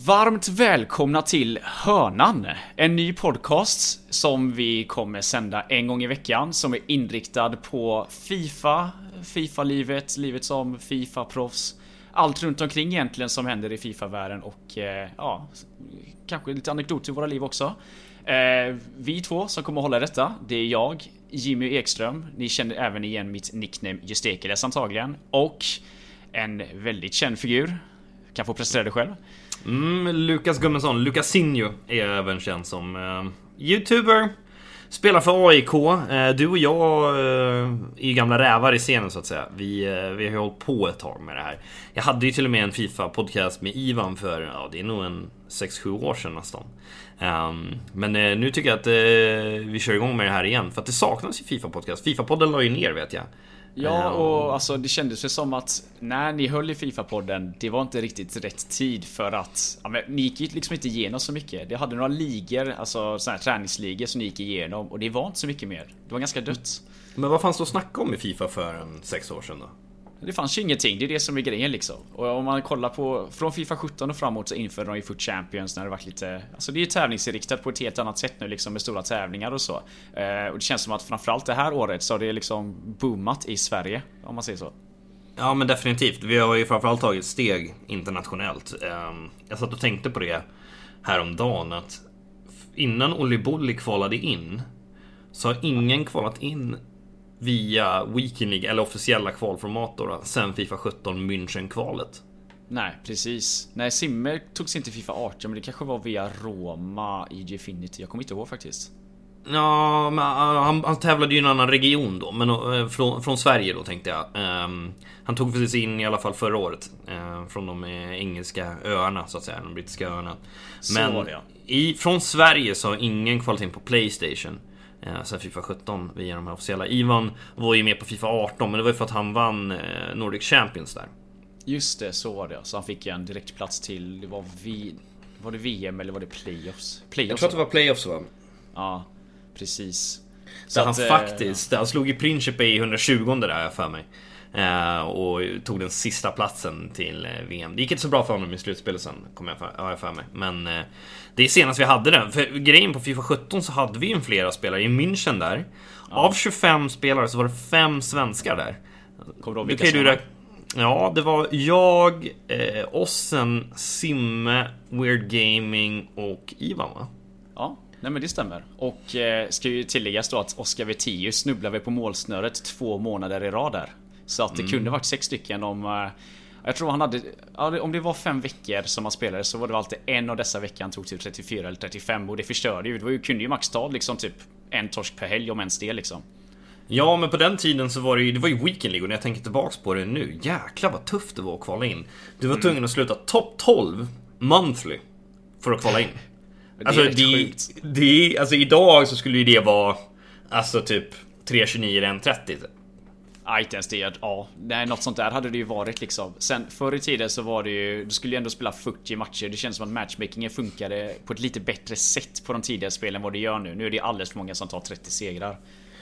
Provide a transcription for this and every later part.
Varmt välkomna till Hörnan, en ny podcast som vi kommer sända en gång i veckan som är inriktad på FIFA-livet, livet som FIFA-proffs, allt runt omkring egentligen som händer i FIFA-världen och ja, kanske lite anekdoter i våra liv också. Vi två som kommer att hålla detta, det är jag, Jimmy Ekström, ni känner även igen mitt nickname Justekeles antagligen, och en väldigt känd figur, kan få presentera dig själv. Lukas Gummesson, Lukasinho är även känd som YouTuber. Spelar för AIK. Du och jag är ju gamla rävar i scenen så att säga. Vi har ju hållit på ett tag med det här. Jag hade ju till och med en FIFA-podcast med Ivan för, ja, det är nog en 6-7 år sedan nästan. Men nu tycker jag att vi kör igång med det här igen. För att det saknas ju FIFA-podcast. FIFA-podden la ju ner, vet jag. Ja, och alltså det kändes ju som att när ni höll i FIFA-podden, det var inte riktigt rätt tid för att ni gick liksom inte igenom så mycket. Det hade några ligor, alltså såna här träningsligor som ni gick igenom, och det var inte så mycket mer. Det var ganska dött. Men vad fanns det att snacka om i FIFA för 6 år sedan då? Det fanns ju ingenting, det är det som är grejen liksom. Och om man kollar på från FIFA 17 och framåt så införde de ju Foot Champions när det varit lite, alltså det är ju tävlingsinriktat på ett helt annat sätt nu liksom med stora tävlingar och så. Och det känns som att framförallt det här året så har det liksom boomat i Sverige, om man säger så. Ja, men definitivt. Vi har ju framförallt tagit steg internationellt. Jag satt och tänkte på det häromdagen att innan Olli Bolli kvalade in så har ingen kvalat in via Weekend League eller officiella kvalformat då, sen FIFA 17 München-kvalet. Nej, precis. Nej, Simmer togs inte FIFA 18, men det kanske var via Roma i Gfinity. Jag kommer inte ihåg faktiskt. Ja, men han tävlade ju i en annan region då, men från Sverige då tänkte jag. Han tog precis in i alla fall förra året från de engelska öarna så att säga, de brittiska öarna. Men så var det, från Sverige så har ingen kvalat in på PlayStation sen FIFA 17 via de här officiella. Ivan var ju med på FIFA 18, men det var ju för att han vann Nordic Champions där. Just det, så var det. Så han fick en direkt plats till, var det VM eller var det Playoffs? Jag tror att det var Playoffs, va? Ja, precis. Så han faktiskt, han slog i Principe i 120 där för mig. Och tog den sista platsen till VM. Det gick inte så bra för honom i slutspelet sen, har jag för mig. Men det är senast vi hade den. För grejen på FIFA 17 så hade vi ju flera spelare i München där. Ja. Av 25 spelare så var det 5 svenskar där. Kommer du ihåg vilka? Ja, det var jag, Ossen, Simme, Weird Gaming och Ivan, va? Ja, nej men det stämmer. Och ska ju tilläggas då att Oscar Vettius snubblade på målsnöret 2 månader i rad där. Så att det kunde varit 6 stycken om... Jag tror han hade... Om det var 5 veckor som han spelade så var det alltid en av dessa veckor han tog till 34 eller 35. Och det förstörde ju. Det var ju, kunde ju max ta liksom typ en torsk per helg om ens det liksom. Ja, men på den tiden så var det var ju Weekend League. Och när jag tänker tillbaks på det nu, jäklar vad tufft det var att kvala in. Du var tvungen att sluta topp 12 monthly för att kvala in. Alltså, alltså idag så skulle ju det vara alltså typ 3.29 1.30. Inte ens det, ja. Nej, något sånt där hade det ju varit liksom. Sen förr i tiden så var det ju, du skulle ju ändå spela 40 matcher. Det känns som att matchmakingen funkade på ett lite bättre sätt på de tidigare spelen än vad det gör nu. Nu är det alldeles för många som tar 30 segrar.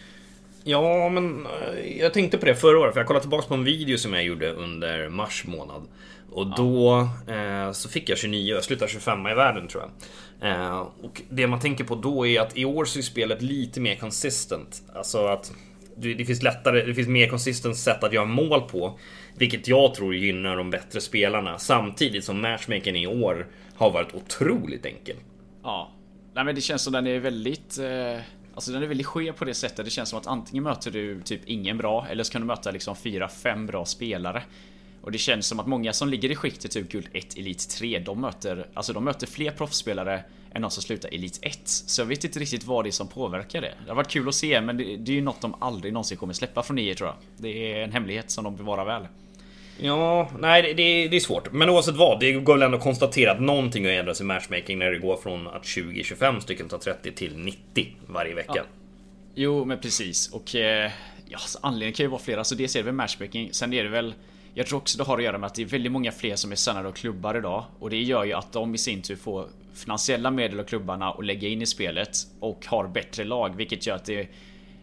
Ja, men jag tänkte på det förra året, för jag kollade tillbaka på en video som jag gjorde under mars månad. Och då så fick jag 29, jag slutade 25 i världen tror jag. Och det man tänker på då är att i år så är spelet lite mer consistent. Alltså att det finns mer konsistent sätt att göra mål på, vilket jag tror gynnar de bättre spelarna, samtidigt som matchmaking i år har varit otroligt enkel. Ja, nej men det känns som den är väldigt alltså den är väldigt skev på det sättet. Det känns som att antingen möter du typ ingen bra, eller så kan du möta liksom 4-5 bra spelare. Och det känns som att många som ligger i skiktet typ Guld 1, Elit 3, de möter fler proffsspelare än någon som slutar Elit 1. Så jag vet inte riktigt vad det är som påverkar det. Det har varit kul att se, men det är ju något de aldrig någonsin kommer släppa från EA, tror jag. Det är en hemlighet som de bevarar väl. Ja, nej, det är svårt. Men oavsett vad, det går väl ändå att konstatera att någonting har ändrats i matchmaking när det går från att 20-25 stycken tar 30 till 90 varje vecka. Ja. Jo, men precis. Och ja, anledningen kan ju vara flera. Så det ser vi matchmaking. Sen är det väl, jag tror också det har att göra med att det är väldigt många fler som är signade av klubbar idag. Och det gör ju att de i sin tur får finansiella medel av klubbarna att lägga in i spelet och har bättre lag, vilket gör att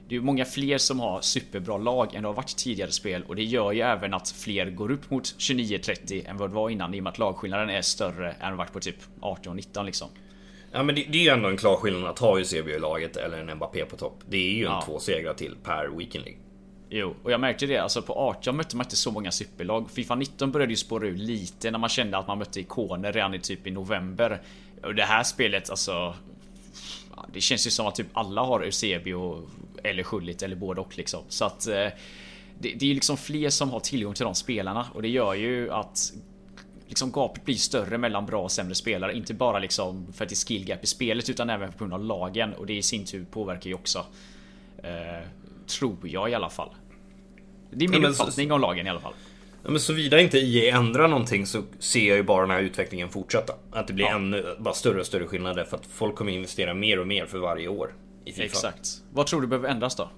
det är ju många fler som har superbra lag än det har varit tidigare spel. Och det gör ju även att fler går upp mot 29-30 än vad det var innan. I och med att lagskillnaden är större än det varit på typ 18-19 liksom. Ja, men det är ju ändå en klar skillnad att ha Eusebio i laget eller en Mbappé på topp. Det är ju en 2 segrar till per Weekend League. Jo, och jag märkte det, alltså på 18 mötte man inte så många superlag. FIFA 19 började ju spåra ut lite när man kände att man mötte ikoner redan i november. Och det här spelet, alltså, det känns ju som att typ alla har Eusebio eller Schullit eller både och liksom. Så att det är ju liksom fler som har tillgång till de spelarna. Och det gör ju att liksom gapet blir större mellan bra och sämre spelare. Inte bara liksom för att det är skillgap i spelet, utan även på grund av lagen. Och det i sin tur påverkar ju också, tror jag i alla fall. Det är min uppfattning om lagen i alla fall. Ja, men såvida inte EA ändrar någonting så ser jag ju bara den här utvecklingen fortsätta. Att det blir ännu bara större och större skillnader, för att folk kommer investera mer och mer för varje år i FIFA. Exakt. Vad tror du behöver ändras då?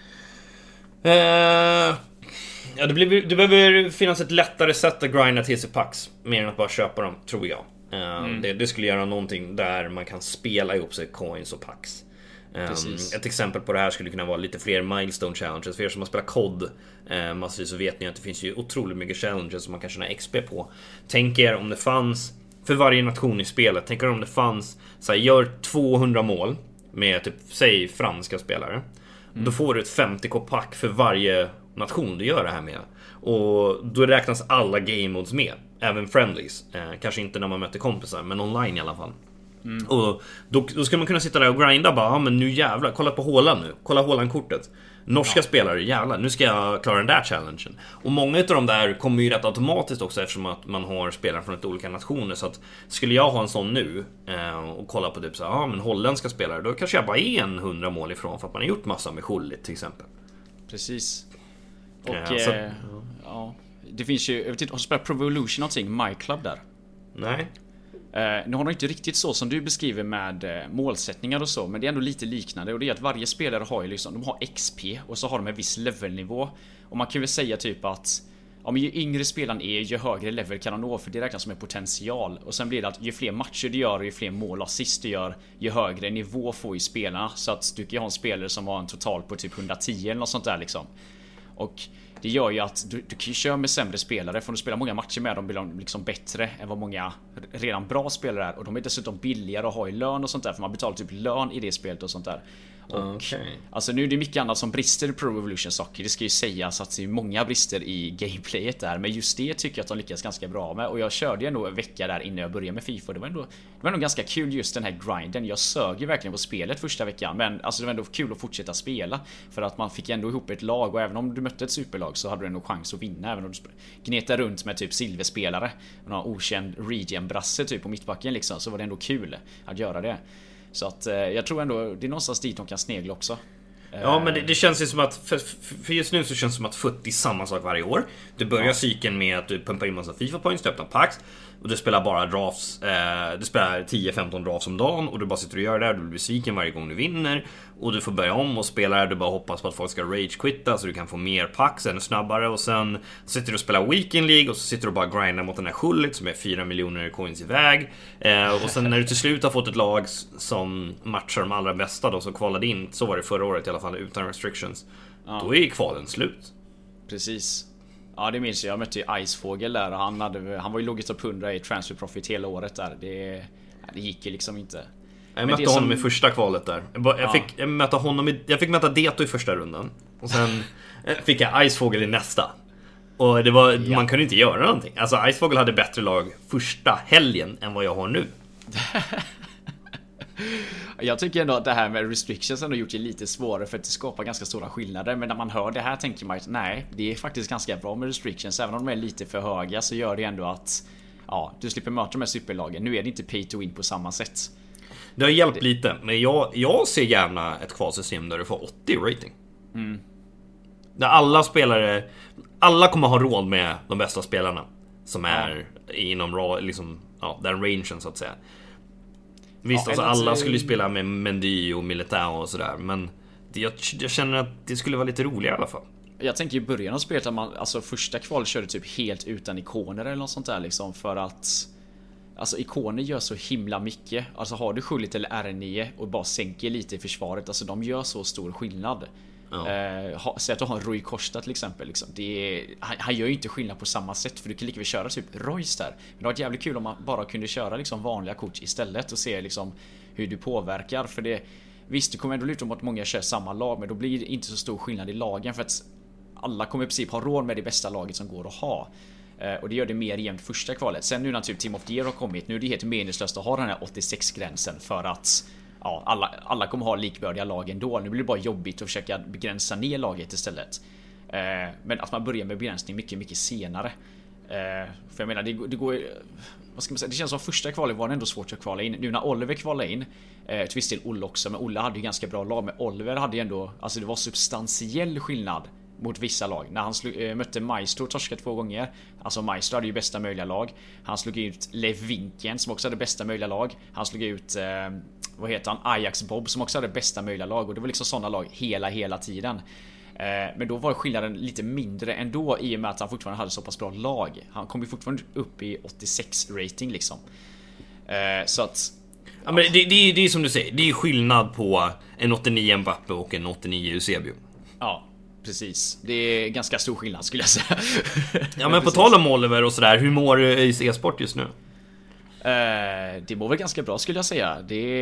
Ja, det behöver finnas ett lättare sätt att grinda till sig packs, mer än att bara köpa dem, tror jag. Det skulle göra någonting där man kan spela ihop sig coins och packs. Ett exempel på det här skulle kunna vara lite fler milestone challenges. För er som har spelat COD massvis, så vet ni att det finns ju otroligt mycket challenges som man kan tjäna XP på. Tänk er om det fanns för varje nation i spelet. Tänk er om det fanns så här, gör 200 mål med typ, säg franska spelare. Då får du ett 50k pack för varje nation du gör det här med. Och då räknas alla game modes med, även friendlies. Kanske inte när man möter kompisar, men online i alla fall. Och då ska man kunna sitta där och grinda bara, men nu jävlar, kolla på Haaland nu. Kolla Haaland-kortet. Norska spelare, jävlar, nu ska jag klara den där challengen. Och många av de där kommer ju rätt automatiskt också, eftersom att man har spelare från ett olika nationer. Så att skulle jag ha en sån nu och kolla på typ så men holländska spelare, då kanske jag bara är 100 mål ifrån, för att man har gjort massa med Schullit till exempel. Precis. Och ja, det finns ju, jag vet inte, har du spelat Pro Evolution någonting, My Club där? Nej. Nu har de inte riktigt så som du beskriver med målsättningar och så, men det är ändå lite liknande. Och det är att varje spelare har ju liksom, de har XP och så har de en viss levelnivå. Och man kan väl säga typ att ju yngre spelaren är, ju högre level kan de nå, för det räknas som en potential. Och sen blir det att ju fler matcher du gör och ju fler mål och assist du gör, ju högre nivå får ju spelarna. Så att du kan ju ha en spelare som har en total på typ 110 eller något sånt där liksom. Och det gör ju att du kan ju köra med sämre spelare, för om du spelar många matcher med dem blir de liksom bättre än vad många redan bra spelare är. Och de är dessutom billigare att ha i lön och sånt där, för man betalar typ lön i det spelet och sånt där. Och alltså nu är det mycket annat som brister i Pro Evolution Soccer. Det ska ju sägas att det är många brister i gameplayet där, men just det tycker jag att de lyckas ganska bra med. Och jag körde ju ändå en vecka där innan jag började med FIFA. Det var ändå ganska kul, just den här grinden. Jag sög ju verkligen på spelet första veckan, men alltså det var ändå kul att fortsätta spela, för att man fick ändå ihop ett lag. Och även om du mötte ett superlag så hade du ändå chans att vinna, även om du gnetade runt med typ silverspelare och någon okänd regen-brasse typ på mittbacken liksom, så var det ändå kul att göra det. Så att jag tror ändå det är någonstans dit de kan snegla också. Ja, men det känns ju som att för just nu så känns det som att FUT är samma sak varje år. Du börjar cykeln med att du pumpar in massa FIFA points, du öppnar packs och du spelar bara drafts. Du spelar 10-15 drafts om dagen och du bara sitter och gör det där. Du blir besviken varje gång du vinner och du får börja om och spela. Du bara hoppas på att folk ska rage-quitta så du kan få mer packs ännu snabbare. Och sen sitter du och spelar Weekend League och så sitter du och bara grindar mot den här Schullit som är 4 miljoner coins iväg. Och sen när du till slut har fått ett lag som matchar de allra bästa då, så kvalade in, så var det förra året i alla fall, utan restrictions. Då är kvalen slut. Precis. Ja, det minns jag mötte ju Icefågel där, och han var ju loggat upp 100 i transfer profit hela året där. Det gick ju liksom inte. Jag mötte honom i första kvalet där. Jag fick möta Deto i första rundan. Och sen fick jag Icefågel i nästa. Och det var, man kunde inte göra någonting. Alltså Icefågel hade bättre lag första helgen än vad jag har nu. Jag tycker ändå att det här med restrictions har gjort det lite svårare, för att det skapar ganska stora skillnader. Men när man hör det här tänker man att nej, det är faktiskt ganska bra med restrictions. Även om de är lite för höga så gör det ändå att du slipper möta de här superlagen. Nu är det inte pay to win på samma sätt. Det har hjälpt lite, men jag ser gärna ett kvalsystem där du får 80 rating. Där alla kommer ha råd med de bästa spelarna som är inom liksom, den rangen så att säga. Visst, alltså alla skulle spela med Mendy och Militao och sådär, men jag känner att det skulle vara lite roligare i alla fall. Jag tänker i början av spelet att man, alltså första kval körde typ helt utan ikoner eller något sånt där liksom, för att alltså ikoner gör så himla mycket. Alltså har du Schullit eller R9 och bara sänker lite i försvaret, alltså de gör så stor skillnad. Säg att du har Rui Costa till exempel liksom. Han gör ju inte skillnad på samma sätt, för du kan lika väl köra typ Royce där. Men det var jävligt kul om man bara kunde köra liksom vanliga kort istället och se liksom hur du påverkar. För det, visst, det kommer ändå luta om att många kör samma lag, men då blir det inte så stor skillnad i lagen, för att alla kommer i princip ha råd med det bästa laget som går att ha. Och det gör det mer jämnt första kvalet. Sen nu när typ Team of the Year har kommit, nu är det helt meningslöst att ha den här 86-gränsen, för att alla kommer ha likvärdiga lag ändå. Nu blir det bara jobbigt att försöka begränsa ner laget istället. Men att man börjar med begränsning mycket senare. För jag menar, det går, vad ska man säga, det känns som första kvalet var det ändå svårt att kvala in. Nu när Oliver kvalade in, till viss del Olle också, men Olle hade ju ganska bra lag. Men Oliver hade ju ändå, alltså det var substantiell skillnad mot vissa lag. När han mötte Maestro, torskade 2 gånger. Alltså Maestro hade ju bästa möjliga lag. Han slog ut Lev Vinken som också hade bästa möjliga lag. Han slog ut vad heter han? Ajax Bob som också hade bästa möjliga lag. Och det var liksom sådana lag hela tiden. Men då var skillnaden lite mindre ändå, i och med att han fortfarande hade så pass bra lag. Han kom ju fortfarande upp i 86 rating liksom. Så att ja, men det är som du säger, det är skillnad på en 89 Mbappe och en 89 Eusebio. Ja, precis. Det är ganska stor skillnad skulle jag säga. Ja, men på tal om Oliver och sådär, hur mår ÖIS e-sport just nu? Det mår väl ganska bra skulle jag säga.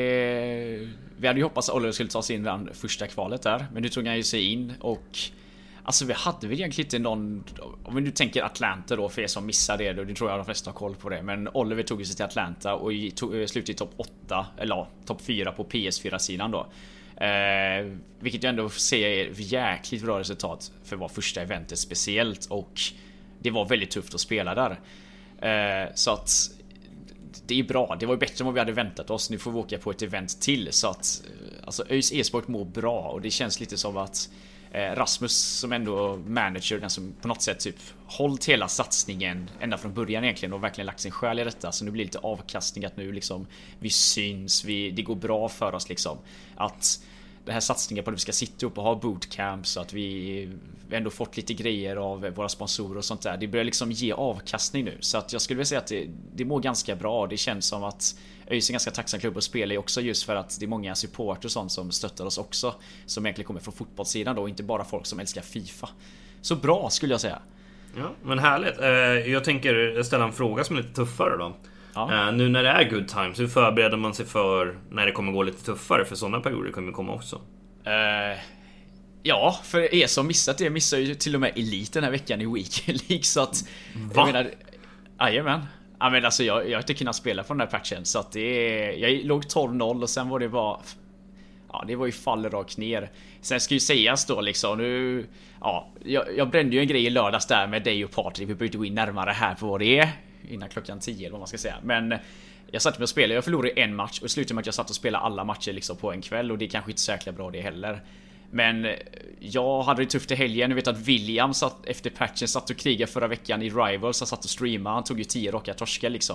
Vi hade ju hoppats att Oliver skulle ta sig in redan första kvalet där, men nu tog han ju sig in. Och alltså vi hade väl egentligen inte någon, om vi nu tänker Atlanta då, för er som missade det tror jag de flesta har koll på det. Men Oliver tog sig till Atlanta och slutade i topp 8, eller topp 4 på PS4-sidan då. Vilket jag ändå ser jäkligt bra resultat för att vara första eventet speciellt. Och det var väldigt tufft att spela där. Så att det är bra, det var ju bättre än vad vi hade väntat oss. Nu får vi åka på ett event till. Så att alltså ÖIS e-sport mår bra. Och det känns lite som att Rasmus som ändå manager, den som på något sätt typ hållit hela satsningen ända från början egentligen och verkligen lagt sin själ i detta. Så nu blir det lite avkastning, att nu liksom vi syns, det går bra för oss liksom. Att den här satsningen på att vi ska sitta upp och ha bootcamp, så att vi ändå fått lite grejer av våra sponsorer och sånt där. Det börjar liksom ge avkastning nu. Så att jag skulle vilja säga att det mår ganska bra. Det känns som att ÖIS är en ganska tacksam klubb att spela i också, just för att det är många supporter och sånt som stöttar oss också, som egentligen kommer från fotbollssidan då, och inte bara folk som älskar FIFA. Så bra skulle jag säga. Ja, men härligt. Jag tänker ställa en fråga som är lite tuffare då. Ja. Nu när det är good times, hur förbereder man sig för när det kommer gå lite tuffare? För sådana perioder kommer komma också. Ja, för er som missat det, missar ju till och med Elite den här veckan i Weekend League. Så att jag menar, jajamän. Ja, men alltså jag har inte kunnat spela på den här patchen. Så att jag låg 12-0 och sen var det bara, ja, det var ju fall rakt ner. Sen ska ju sägas då liksom nu, ja, jag brände ju en grej i lördags där med dig och Patrik. Vi behöver gå in närmare här på vad det är innan klockan 10 eller vad man ska säga. Men jag satt med och spelade, jag förlorade en match och slutade med att jag satt och spelade alla matcher liksom på en kväll. Och det är kanske inte så jäkla bra det heller. Men jag hade det tufft i helgen. Jag vet att William satt efter patchen, satt och krigade förra veckan i Rivals. Han satt och streamade, han tog ju 10 raka torskar liksom.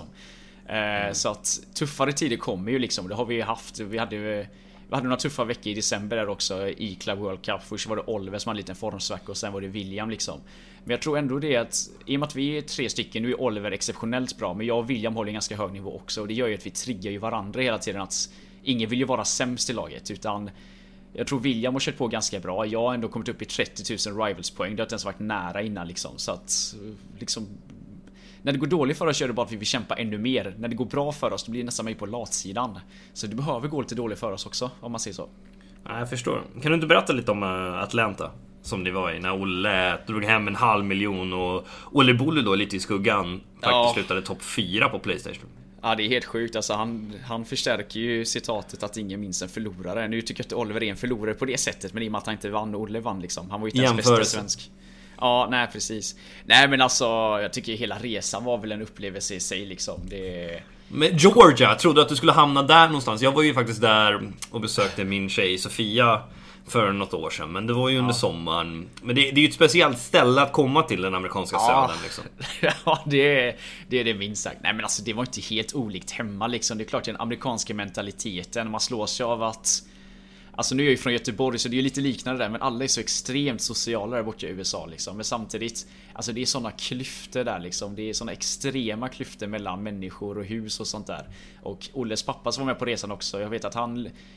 Så att tuffare tider kommer ju liksom. Det har vi ju haft. Vi hade några tuffa veckor i december där också i Club World Cup. Först var det Oliver som hade en liten formsvacka och sen var det William liksom. Men jag tror ändå det att i och med att vi är 3 stycken, nu är Oliver exceptionellt bra, men jag och William håller en ganska hög nivå också. Och det gör ju att vi triggar ju varandra hela tiden, att ingen vill ju vara sämst i laget, utan jag tror William har kört på ganska bra. Jag har ändå kommit upp i 30 000 rivals poäng. Det har inte ens varit nära innan liksom. Så att liksom, när det går dåligt för oss gör det bara att vi vill kämpa ännu mer. När det går bra för oss då blir det nästan mig på latsidan. Så det behöver gå lite dåligt för oss också, om man säger så. Ja, jag förstår. Kan du inte berätta lite om Atlanta som det var i, när Olle drog hem 500 000 och Olle Bolle då lite i skuggan faktiskt slutade topp 4 på PlayStation. Ja, det är helt sjukt. Alltså, han förstärker ju citatet att ingen minns en förlorare. Nu tycker jag att Oliver är en förlorare på det sättet, men i och med att han inte vann, Olle vann liksom. Han var ju inte ens bästa svensk. Ja, nej precis. Nej men alltså, jag tycker hela resan var väl en upplevelse i sig liksom. Men Georgia, trodde att du skulle hamna där någonstans. Jag var ju faktiskt där och besökte min tjej Sofia för något år sedan, men det var ju under sommaren. Men det är ju ett speciellt ställe att komma till, den amerikanska södern liksom. Ja, det är det minst sagt. Nej men alltså, det var inte helt olikt hemma liksom. Det är klart, den amerikanska mentaliteten, man slår sig av att, alltså nu är jag ju från Göteborg så det är ju lite liknande där, men alla är så extremt sociala där borta i USA liksom. Men samtidigt, alltså det är såna klyftor där liksom. Det är såna extrema klyftor mellan människor och hus och sånt där. Och Olles pappa som var med på resan också, jag vet att han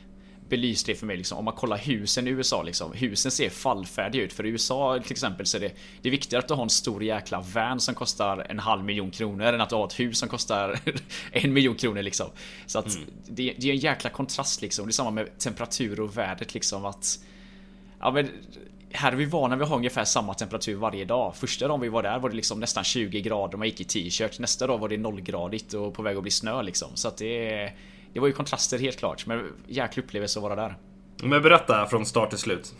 belyst det för mig liksom. Om man kollar husen i USA liksom, husen ser fallfärdiga ut. För i USA till exempel så är det är viktigare att du har en stor jäkla van som kostar 500 000 kronor än att du har ett hus som kostar 1 miljon kronor liksom. Så att det är en jäkla kontrast liksom. Det är samma med temperatur och vädret liksom, att ja, men här är vi vana vid att ha ungefär samma temperatur varje dag. Första dagen vi var där var det liksom nästan 20 grader och man gick i t-shirt. Nästa dag var det 0-gradigt och på väg att bli snö liksom. Så att det var ju kontraster helt klart. Men jäkla upplevelse att vara där. Men berätta från start till slut.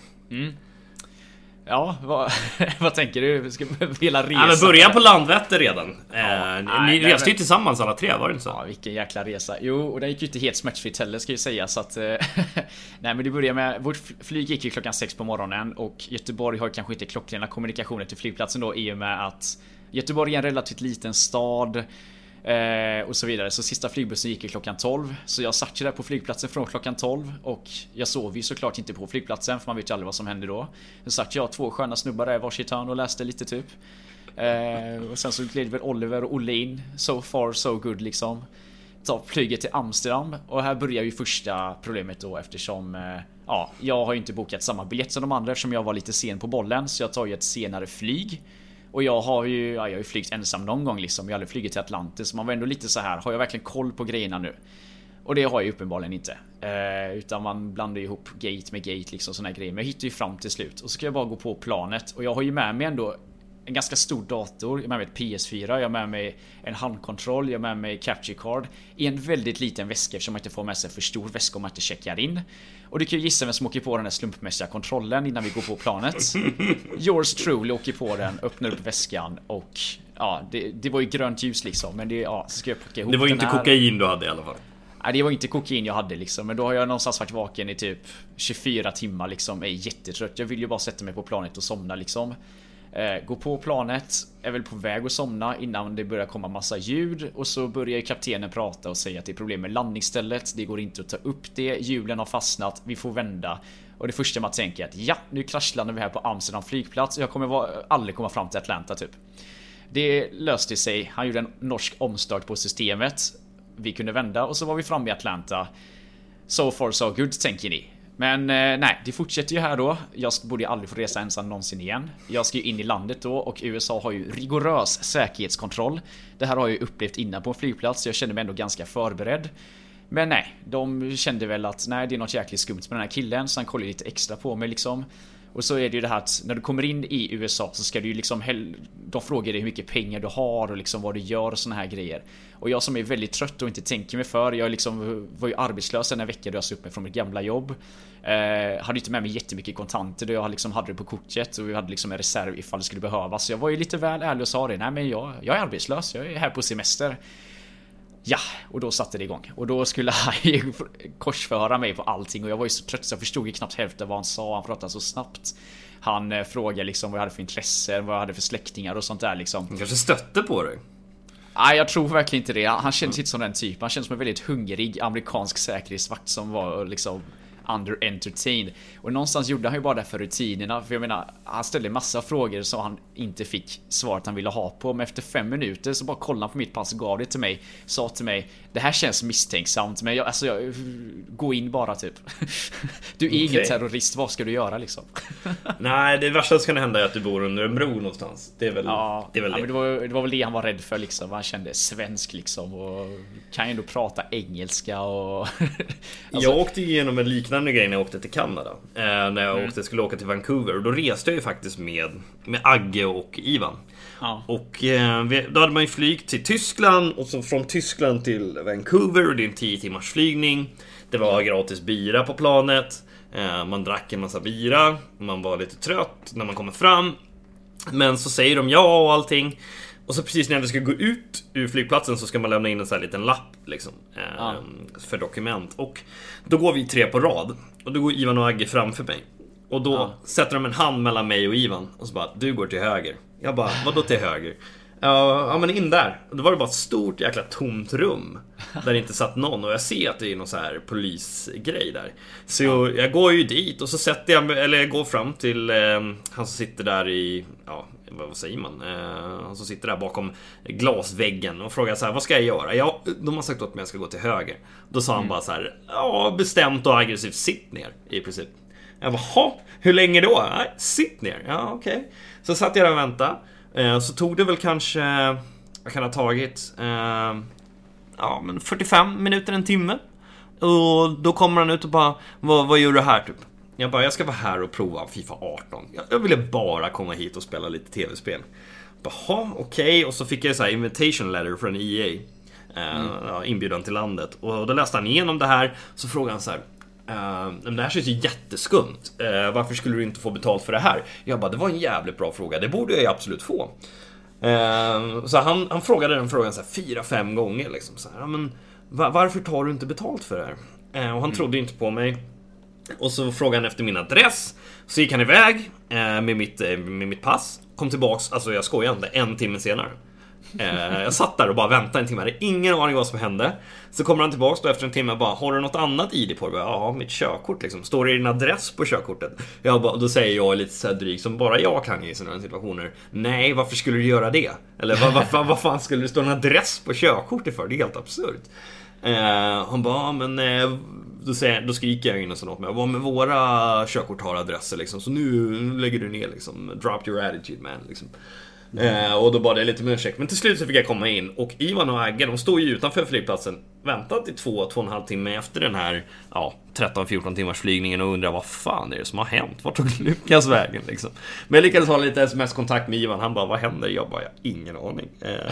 Ja, vad tänker du? Ska vi hela resa? Ja, men börja på Landvetter redan. Ni reste ju men tillsammans alla tre, var det inte så? Ja, vilken jäkla resa. Jo, och den gick ju inte helt smärtfritt heller, ska jag säga. Så att, nej, men det börjar med, vårt flyg gick ju klockan 6 på morgonen. Och Göteborg har kanske inte klockrena kommunikationer till flygplatsen då, i och med att Göteborg är en relativt liten stad. Och så vidare. Så sista flygbussen gick ju klockan 12. Så jag satt ju där på flygplatsen från klockan 12. Och jag sov ju såklart inte på flygplatsen, för man vet ju aldrig vad som händer då. Så satt jag 2 sköna snubbar där i varsitt hörn och läste lite typ. Och sen så gled väl Oliver och Olle in. So far so good liksom. Ta flyget till Amsterdam. Och här börjar ju första problemet då, eftersom ja, jag har ju inte bokat samma biljett som de andra, eftersom jag var lite sen på bollen. Så jag tar ju ett senare flyg. Och jag har ju flygt ensam någon gång liksom. Jag har aldrig flugit till Atlantis. Så man var ändå lite så här, har jag verkligen koll på grejerna nu? Och det har jag uppenbarligen inte. Utan man blandar ihop gate med gate liksom, såna här grejer. Men jag hittar ju fram till slut. Och så ska jag bara gå på planet. Och jag har ju med mig ändå en ganska stor dator. Jag har med mig ett PS4. Jag har med mig en handkontroll. Jag har med mig capture card. I en väldigt liten väska, eftersom man inte får med sig för stor väska om man inte checkar in. Och du kan ju gissa vem som åker på den här slumpmässiga kontrollen innan vi går på planet. Yours truly åker på den, öppnar upp väskan. Och ja, det var ju grönt ljus liksom. Men så ska jag packa ihop. Det var ju inte kokain du hade i alla fall. Nej, det var inte kokain jag hade liksom. Men då har jag någonstans varit vaken i typ 24 timmar liksom. Är jättetrött. Jag vill ju bara sätta mig på planet och somna liksom. Gå på planet, är väl på väg att somna innan det börjar komma massa ljud. Och så börjar ju kaptenen prata och säga att det är problem med landningsstället. Det går inte att ta upp det, hjulen har fastnat, vi får vända. Och det första man tänker är att ja, nu kraschlandar vi här på Amsterdam flygplats. Jag kommer aldrig komma fram till Atlanta typ. Det löste sig, han gjorde en norsk omstart på systemet. Vi kunde vända och så var vi framme i Atlanta. So far so good, tänker ni. Men nej, det fortsätter ju här då. Jag borde ju aldrig få resa ensam någonsin igen. Jag ska ju in i landet då, och USA har ju rigorös säkerhetskontroll. Det här har jag ju upplevt innan på en flygplats, så jag kände mig ändå ganska förberedd. Men nej, de kände väl att nej, det är något jäkligt skumt med den här killen, så han kollade lite extra på mig liksom. Och så är det ju det här att när du kommer in i USA så ska du ju liksom de frågar dig hur mycket pengar du har och liksom vad du gör och såna här grejer. Och jag som är väldigt trött och inte tänker mig för, jag liksom var ju arbetslös en vecka då jag sa upp mig från mitt gamla jobb. Hade inte med mig jättemycket kontanter då jag liksom hade det på kortet, och vi hade liksom en reserv ifall det skulle behövas. Så jag var ju lite väl ärlig och sa det, nej men jag är arbetslös, jag är här på semester. Ja, och då satte det igång. Och då skulle han ju korsföra mig på allting. Och jag var ju så trött så jag förstod ju knappt hälften vad han sa. Han pratade så snabbt. Han frågade liksom vad jag hade för intressen, vad jag hade för släktingar och sånt där liksom. Han kanske stötte på dig. Nej, jag tror verkligen inte det. Han kändes inte som den typen. Han kändes som en väldigt hungrig amerikansk säkerhetsvakt som var liksom under-entertained. Och någonstans gjorde han ju bara det för rutinerna. För jag menar, han ställde en massa frågor som han inte fick svaret han ville ha på. Men efter 5 minuter så bara kollade han på mitt pass, gav det till mig, sa till mig: det här känns misstänksamt, men jag gå in bara typ. Du är ingen terrorist, vad ska du göra liksom? Nej, det värsta som kan hända är att du bor under en bro någonstans. Det är väl det. Men det var väl det han var rädd för liksom. Han kände svensk liksom, och kan ju ändå prata engelska och alltså... Jag åkte igenom en liknande grej när jag åkte till Kanada. När jag skulle åka till Vancouver. Och då reste jag ju faktiskt med Agge och Ivan. Ja. Och då hade man ju flyg till Tyskland. Och så från Tyskland till Vancouver. Och det är en 10 timmars flygning. Det var gratis bira på planet. Man drack en massa bira. Man var lite trött när man kommer fram. Men så säger de ja och allting. Och så precis när vi ska gå ut ur flygplatsen så ska man lämna in en sån här liten lapp liksom, för dokument. Och då går vi 3 på rad. Och då går Ivan och Agge framför mig. Och då sätter de en hand mellan mig och Ivan. Och så bara, du går till höger. Jag bara, vadå till höger? Ja men in där. Och då var det bara ett stort jäkla tomt rum där det inte satt någon. Och jag ser att det är någon så här polisgrej där. Så jag går ju dit. Och så sätter jag går fram till han som sitter där i vad säger man? Han som sitter där bakom glasväggen och frågar så här: vad ska jag göra? Ja, de har sagt åt mig att jag ska gå till höger. Då sa han bara så här: ja, bestämt och aggressivt, sitt ner i princip. Jag bara, hur länge då? Nej, sitt ner. Ja, okej. Så satt jag där och väntade. Så tog det väl kanske, jag kan ha tagit men 45 minuter, en timme. Och då kommer han ut och bara, vad gör du här typ? Jag ska vara här och prova FIFA 18. Jag ville bara komma hit och spela lite tv-spel. Okej. Och så fick jag så här invitation letter från EA, inbjudan till landet. Och då läste han igenom det här. Så frågade han så här: det här känns ju jätteskumt. Varför skulle du inte få betalt för det här? Jag bara, det var en jävligt bra fråga. Det borde jag absolut få. Så han frågade den frågan så här 4-5 gånger liksom, så här, men varför tar du inte betalt för det här? Och han trodde inte på mig. Och så frågade han efter min adress. Så gick han iväg med mitt pass. Kom tillbaks, alltså jag skojar inte, 1 timme senare. Jag satt där och bara väntade en timme. Jag hade ingen aning vad som hände. Så kommer han tillbaks då efter en timme och bara, har du något annat ID på det? Ja, mitt körkort liksom. Står det din adress på körkortet? Då säger jag lite så här dryg som bara jag kan i sådana situationer: nej, varför skulle du göra det? Eller vad fan skulle det stå en adress på körkortet för? Det är helt absurt. Han bara, men då skriker jag in och sånt. Men våra körkort har adresser liksom, så nu lägger du ner liksom, drop your attitude man liksom. Och då bad jag lite med ursäkt. Men till slut så fick jag komma in. Och Ivan och Agge, de står ju utanför flygplatsen, väntat i 2,5 timmar efter den här 13-14 timmars flygningen och undrar vad fan är det som har hänt? Vart tog Lukas vägen liksom? Men jag lyckades ha lite sms-kontakt med Ivan. Han bara, vad händer? Jag bara, ingen aning.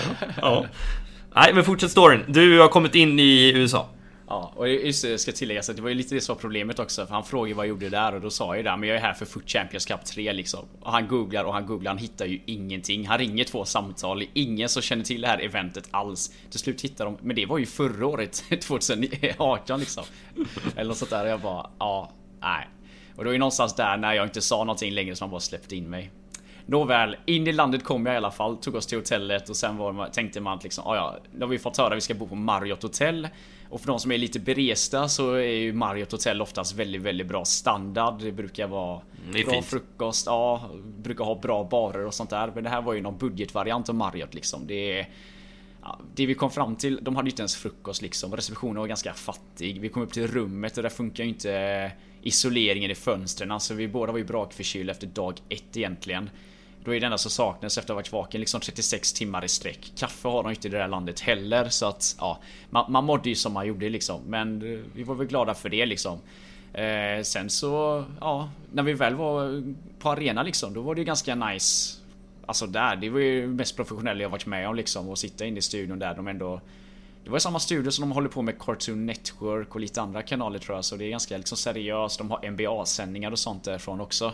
Nej, men fortsätt storyn. Du har kommit in i USA. Ja, och just det, ska tilläggas att det var ju lite det som var problemet också. För han frågade vad jag gjorde där, och då sa jag där, men jag är här för Foot Champions Cup 3 liksom. Och han googlar, han hittar ju ingenting. Han ringer 2 samtal, ingen som känner till det här eventet alls. Till slut hittar de, men det var ju förra året, 2018 liksom. Eller något sånt där, och jag bara, nej. Och då är någonstans där när jag inte sa någonting längre, så man bara släppte in mig. Nåväl, in i landet kom jag i alla fall, tog oss till hotellet och sen tänkte man att liksom, då har vi fått höra att vi ska bo på Marriott Hotel. Och för de som är lite beresta så är ju Marriott Hotel oftast väldigt, väldigt bra standard. Det brukar vara bra fint. Frukost, brukar ha bra barer och sånt där. Men det här var ju någon budgetvariant av Marriott liksom. Det vi kom fram till, de hade ju inte ens frukost liksom. Receptionen var ganska fattig. Vi kom upp till rummet och där funkar ju inte isoleringen i fönstren. Så vi båda var ju brakförkylda efter dag 1 egentligen. Då är det enda som saknas efter att ha varit vaken liksom 36 timmar i sträck. Kaffe har de inte i det där landet heller. Så att man mådde ju som man gjorde liksom. Men vi var väl glada för det liksom. Sen så när vi väl var på arena liksom, då var det ju ganska nice. Alltså där, det var ju mest professionella jag varit med om liksom. Och sitta inne i studion där de ändå, det var samma studio som de håller på med Cartoon Network och lite andra kanaler tror jag. Så det är ganska liksom seriöst. De har NBA-sändningar och sånt därifrån också.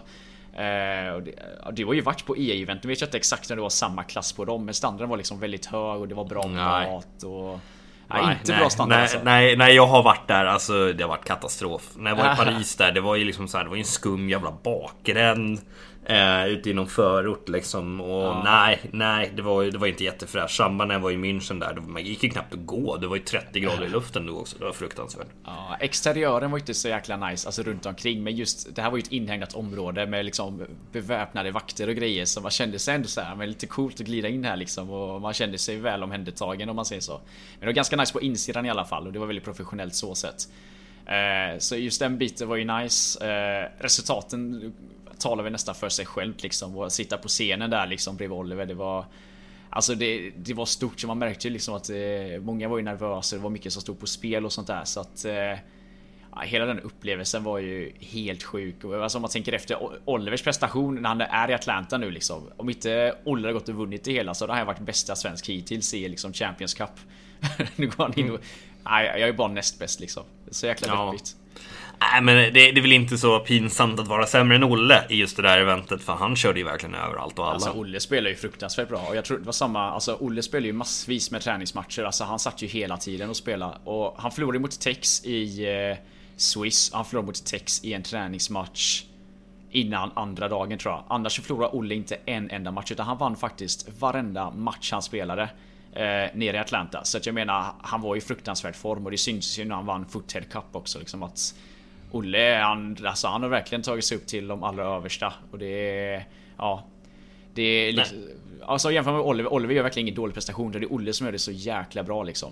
Det var ju varit på EA-event. Nu vet jag inte exakt när det var samma klass på dem, men standarden var liksom väldigt hög och det var bra mat och inte bra standard alltså. Nej, jag har varit där, alltså det har varit katastrof. När jag var i Paris där, det var ju liksom så här, det var ju en skum jävla bakgränd ute i någon förort liksom. Och nej, det var inte jättefräscht. Samma när jag var i München där, man gick ju knappt att gå. Det var ju 30 grader i luften då också, det var fruktansvärt. Exteriören var inte så jäkla nice, alltså runt omkring. Men just, det här var ju ett inhägnat område med liksom beväpnade vakter och grejer. Så man kände sig ändå så här, men lite coolt att glida in här liksom. Och man kände sig väl omhändertagen om man säger så. Men det var ganska nice på insidan i alla fall. Och det var väldigt professionellt så sett. Så just den biten var ju nice. Resultaten talar väl nästan för sig själv liksom. Och sitta på scenen där liksom bredvid Oliver, det var, alltså det var stort. Så man märkte ju liksom att många var ju nervösa. Det var mycket som stod på spel och sånt där. Så att hela den upplevelsen var ju helt sjuk. Alltså om man tänker efter Olivers prestation när han är i Atlanta nu liksom. Om inte Oliver gått och vunnit det hela, så det har varit bästa svensk hittills i liksom Champions Cup. Nu går han in och jag är bara näst bäst liksom. Så jäkla deppigt. Nej, men det är väl inte så pinsamt att vara sämre än Olle i just det där eventet, för han körde ju verkligen överallt och alla. Alltså Olle spelar ju fruktansvärt bra. Och jag tror det var samma, alltså Olle spelar ju massvis med träningsmatcher. Alltså han satt ju hela tiden och spelade. Och han förlorade mot Tex i Swiss. Han förlorade mot Tex i en träningsmatch innan andra dagen tror jag. Annars förlorade Olle inte en enda match, utan han vann faktiskt varenda match han spelade nere i Atlanta. Så att jag menar, han var i fruktansvärd form. Och det syns ju när han vann Foothead Cup också liksom, att Olle, han har verkligen tagit sig upp till de allra översta. Och det är Det är liksom, alltså jämför med Oliver gör verkligen ingen dålig prestation. Det är Olle som gör det så jäkla bra liksom.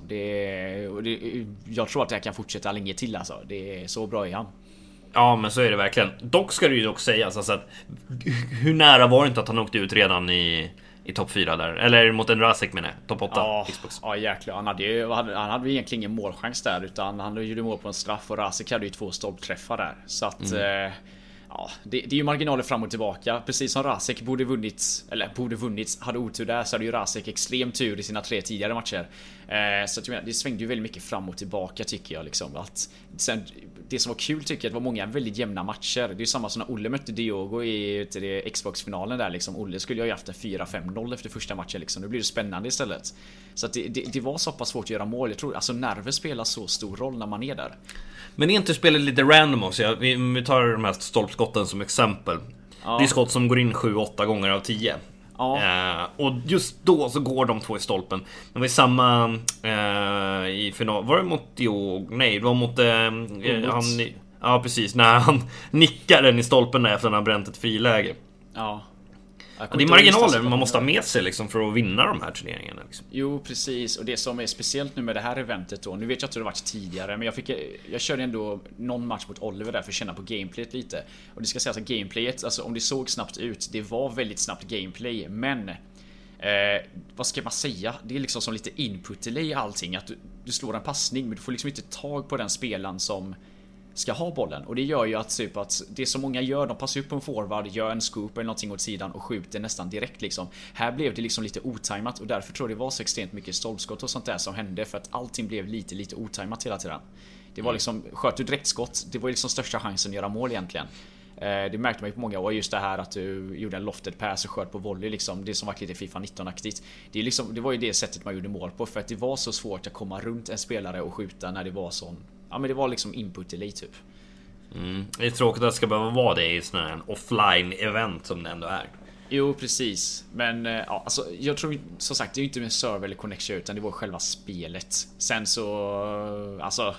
Jag tror att det här kan fortsätta länge till alltså. Det är så bra i han. Ja, men så är det verkligen. Dock ska det ju dock sägas alltså att hur nära var det inte att han åkte ut redan i topp 4 där? Eller mot en Rasek menar jag, topp 8 Xbox. Ja jäklar, han hade egentligen ingen målchans där, utan han gjorde mål på en straff och Rasek hade ju 2 stolpträffar där. Så att ja, det är ju marginaler fram och tillbaka. Precis som Rasek borde vunnits, hade otur där, så hade ju Rasek extrem tur i sina 3 tidigare matcher. Så att, det svängde ju väldigt mycket fram och tillbaka tycker jag liksom. Att sen, det som var kul tycker jag, att det var många väldigt jämna matcher. Det är ju samma som när Olle mötte Diogo i Xbox-finalen där liksom. Olle skulle ju ha haft en 4-5-0 efter första matchen liksom. Nu blir det spännande istället. Så att det var så pass svårt att göra mål. Jag tror alltså nerver spelar så stor roll när man är där. Men är inte spelet lite random också? Vi tar de här stolpskotten som exempel. Det är skott som går in 7-8 gånger av 10. Och just då så går de 2 i stolpen. Det var samma i final. Var det mot Diogo? Nej, det var mot han. Ja, precis. När han nickar den i stolpen där efter att han har bränt ett friläge. Det är marginaler man måste ha med sig liksom, för att vinna de här turneringarna liksom. Jo precis, och det som är speciellt nu med det här eventet då, nu vet jag inte hur det varit tidigare, men jag körde ändå någon match mot Oliver där för att känna på gameplayet lite. Och det ska sägas att gameplayet, alltså om det såg snabbt ut, det var väldigt snabbt gameplay, men vad ska man säga, det är liksom som lite input i allting, att du slår en passning men du får liksom inte tag på den spelaren som ska ha bollen. Och det gör ju att typ att det som många gör, de passar upp på en forward, gör en scoop eller någonting åt sidan och skjuter nästan direkt liksom. Här blev det liksom lite otajmat, och därför tror jag det var så extremt mycket stolpskott och sånt där som hände, för att allting blev lite otajmat hela tiden. Det var liksom, sköt du direktskott, det var ju liksom största chansen att göra mål egentligen. Det märkte man ju på många år, just det här att du gjorde en lofted pass och sköt på volley liksom, det som var lite FIFA 19-aktigt. Det var ju det sättet man gjorde mål på, för att det var så svårt att komma runt en spelare och skjuta när det var sån. Ja, men det var liksom input i typ. Det är tråkigt att det ska behöva vara det i sån här offline-event som det ändå är. Jo, precis. Men ja, alltså, jag tror som sagt, det är ju inte med server eller connection, utan det var själva spelet. Sen så alltså,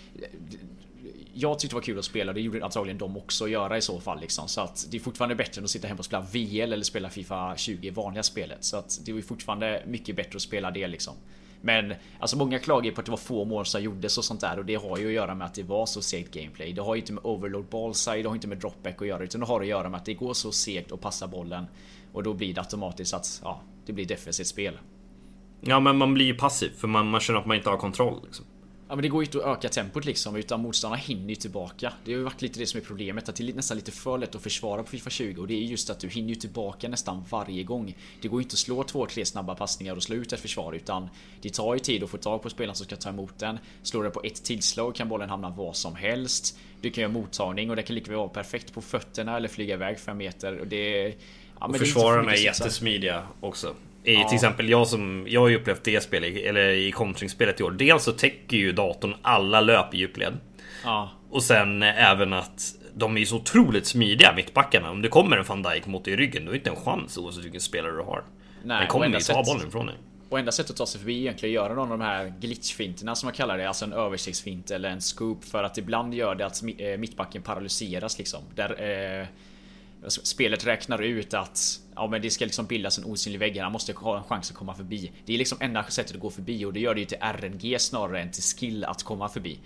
jag tyckte det var kul att spela, det gjorde antagligen de också göra i så fall liksom. Så att det är fortfarande bättre än att sitta hemma och spela VL eller spela FIFA 20 i vanliga spelet. Så att det var ju fortfarande mycket bättre att spela det liksom. Men alltså många klagar på att det var få mål som gjordes och sånt där, och det har ju att göra med att det var så segt gameplay. Det har ju inte med overload ballside, det har inte med dropback att göra, utan det har att göra med att det går så segt att passa bollen, och då blir det automatiskt att det blir defensivt spel. Ja, men man blir ju passiv för man känner att man inte har kontroll liksom. Ja, men det går ju inte att öka tempot liksom, utan motståndarna hinner ju tillbaka. Det har ju varit lite det som är problemet, att det är nästan lite för lätt att försvara på FIFA 20, och det är just att du hinner ju tillbaka nästan varje gång. Det går ju inte att slå 2-3 snabba passningar och slå ut ett försvar, utan det tar ju tid att få tag på spelaren som ska ta emot den. Slår den på ett tillslag kan bollen hamna var som helst. Du kan göra mottagning och det kan lika väl vara perfekt på fötterna eller flyga iväg 5 meter, och det och försvararna är jättesmidiga också. Till exempel jag har ju upplevt det spelet, eller i kontringsspelet i år. Dels så täcker ju datorn alla löp i djupled. Och sen även att de är så otroligt smidiga mittbackarna. Om det kommer en Van Dijk mot dig i ryggen, då är det inte en chans oavsett vilken spelare du har. Den kommer ju ta bollen från dig. Och enda sättet att ta sig förbi är egentligen att göra någon av de här glitchfinterna som man kallar det, alltså en översiktsfint eller en scoop, för att ibland gör det att mittbacken paralyseras liksom. Där spelet räknar ut att men det ska liksom bildas en osynlig vägg, han måste ha en chans att komma förbi. Det är liksom enda sättet att gå förbi, och det gör det ju till RNG snarare än till skill att komma förbi.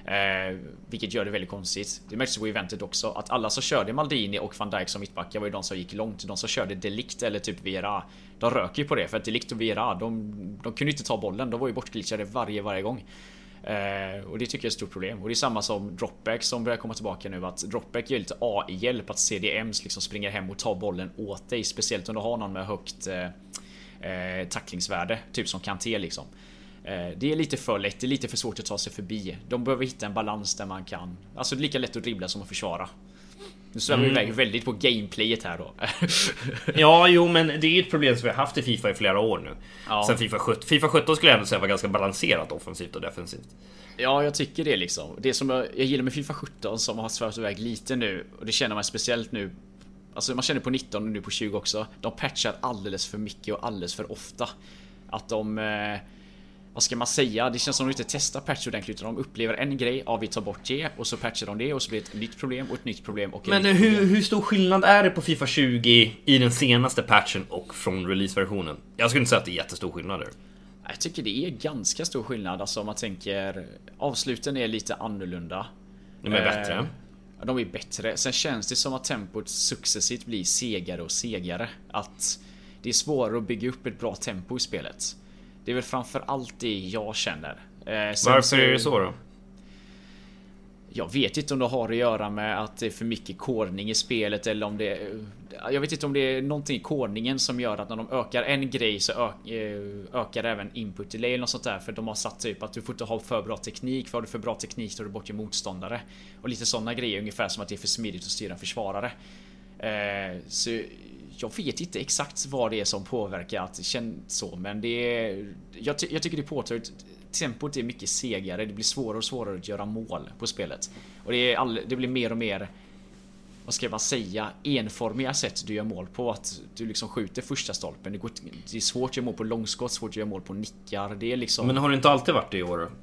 Vilket gör det väldigt konstigt. Det märktes på eventet också, att alla som körde Maldini och Van Dijk som mittbackar var ju de som gick långt. De som körde Delict eller typ Vera, de rök ju på det, för att Delict och Vera, de kunde inte ta bollen, de var ju bortglitchade varje gång. Och det tycker jag är ett stort problem. Och det är samma som dropback som börjar komma tillbaka nu, att dropback ger lite AI-hjälp, att CDMs liksom springer hem och tar bollen åt dig, speciellt om du har någon med högt tacklingsvärde, typ som Kanté liksom. Det är lite för lätt, det är lite för svårt att ta sig förbi. De behöver hitta en balans där man kan, alltså det är lika lätt att dribbla som att försvara. Nu svävar vi iväg väldigt på gameplayet här då. Ja, jo, men det är ju ett problem som vi har haft i FIFA i flera år nu. Sen FIFA 17. FIFA 17 skulle jag ändå säga var ganska balanserat offensivt och defensivt. Ja, jag tycker det liksom. Det som jag gillar med FIFA 17 som har svävat iväg lite nu, och det känner man speciellt nu. Alltså man känner på 19 och nu på 20 också. De patchar alldeles för mycket och alldeles för ofta. Att de vad ska man säga? Det känns som de inte testar patch ordentligt, utan de upplever en grej, vi tar bort det och så patchar de det och så blir det ett nytt problem och ett nytt problem och Men hur stor skillnad är det på FIFA 20 i den senaste patchen och från releaseversionen? Jag skulle inte säga att det är jättestor skillnad där. Jag tycker det är ganska stor skillnad. Alltså om man tänker, avsluten är lite annorlunda. De är bättre. De är bättre. Sen känns det som att tempot successivt blir segare och segare. Att det är svårare att bygga upp ett bra tempo i spelet. Det är väl framför allt det jag känner. Varför är det så då? Jag vet inte om det har att göra med att det är för mycket kodning i spelet, eller om det... Jag vet inte om det är någonting i kodningen som gör att när de ökar en grej så ökar även input delay eller något sånt där. För de har satt typ att du får inte ha för bra teknik. För har du för bra teknik tar du bort din motståndare. Och lite sådana grejer, ungefär som att det är för smidigt att styra en försvarare. Så jag vet inte exakt vad det är som påverkar att det känns så. Men det är... Jag tycker det är påtagligt. Tempot är mycket segare. Det blir svårare och svårare att göra mål på spelet. Och det blir mer och mer, vad ska man säga, enformiga sätt du gör mål på. Att du liksom skjuter första stolpen. Det är svårt att göra mål på långskott, svårt att göra mål på nickar. Det är liksom... Men har det inte alltid varit det i år då?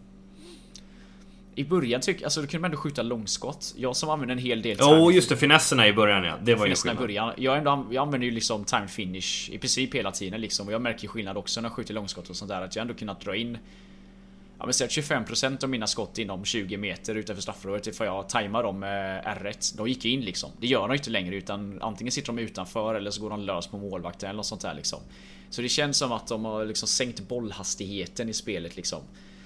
I början alltså, du kunde man ändå skjuta långskott. Jag som använder en hel del just det, finesserna i början, ja. Det var ju skillnad. Början. Jag använder ju liksom time finish i princip hela tiden liksom. Och jag märker skillnad också när jag skjuter långskott och sånt där. Att jag ändå kunnat dra in, ja, men säg 25% av mina skott inom 20 meter utanför straffområdet, för jag tajmar dem med R1. De gick in liksom. Det gör de inte längre, utan antingen sitter de utanför eller så går de lös på målvakten eller något sånt där liksom. Så det känns som att de har liksom sänkt bollhastigheten i spelet liksom.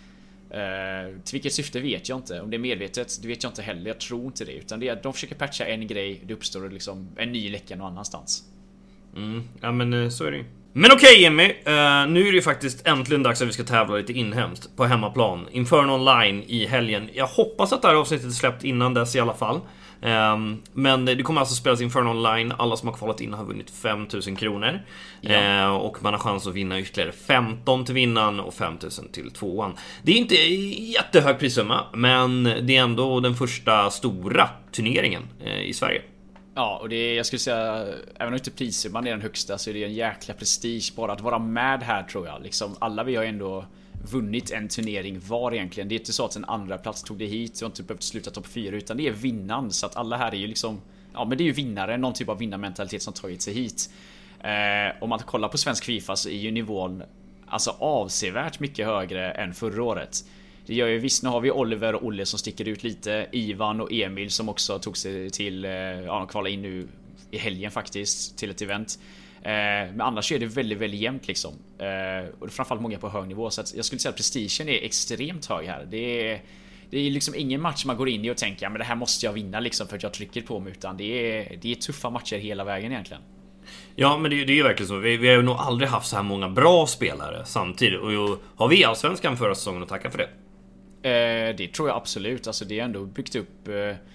Till vilket syfte vet jag inte. Om det är medvetet, det vet jag inte heller. Jag tror inte det, utan det är att de försöker patcha en grej, det uppstår liksom en ny läcka någon annanstans. Ja, men så är det ju. Men okej, Jimmy, nu är det ju faktiskt äntligen dags att vi ska tävla lite inhemskt på hemmaplan. Inferno Online i helgen. Jag hoppas att det här avsnittet är släppt innan dess i alla fall. Men det kommer alltså spelas Inferno Online. Alla som har kvalat in har vunnit 5000 kronor. Och man har chans att vinna ytterligare 15 till vinnaren och 5000 till tvåan. Det är inte jättehög prissumma, men det är ändå den första stora turneringen i Sverige. Ja, och det, jag skulle säga, även om inte prissumman är den högsta, så är det en jäkla prestige bara att vara med här, tror jag. Liksom, alla vi har ändå vunnit en turnering var egentligen. Det är inte så att en andra plats tog det hit, så har inte behövt sluta topp 4, utan det är vinnaren. Så att alla här är ju liksom, ja, men det är ju vinnare, någon typ av vinnarmentalitet som tagit sig hit. Om man kollar på svensk FIFA så är ju nivån alltså avsevärt mycket högre än förra året. Det gör ju visst, nu har vi Oliver och Olle som sticker ut lite, Ivan och Emil som också tog sig till, ja, de kvalade in nu i helgen faktiskt till ett event. Men annars är det väldigt, väldigt jämnt liksom. Och framförallt många på hög nivå, så att jag skulle säga att prestigen är extremt hög här. Det är liksom ingen match man går in i och tänker, ja, men det här måste jag vinna liksom för att jag trycker på mig, utan det är tuffa matcher hela vägen egentligen. Ja, men det är ju verkligen så. Vi har ju nog aldrig haft så här många bra spelare samtidigt. Och har vi Allsvenskan förra säsongen att tacka för det? Det tror jag absolut. Alltså det är ändå byggt upp,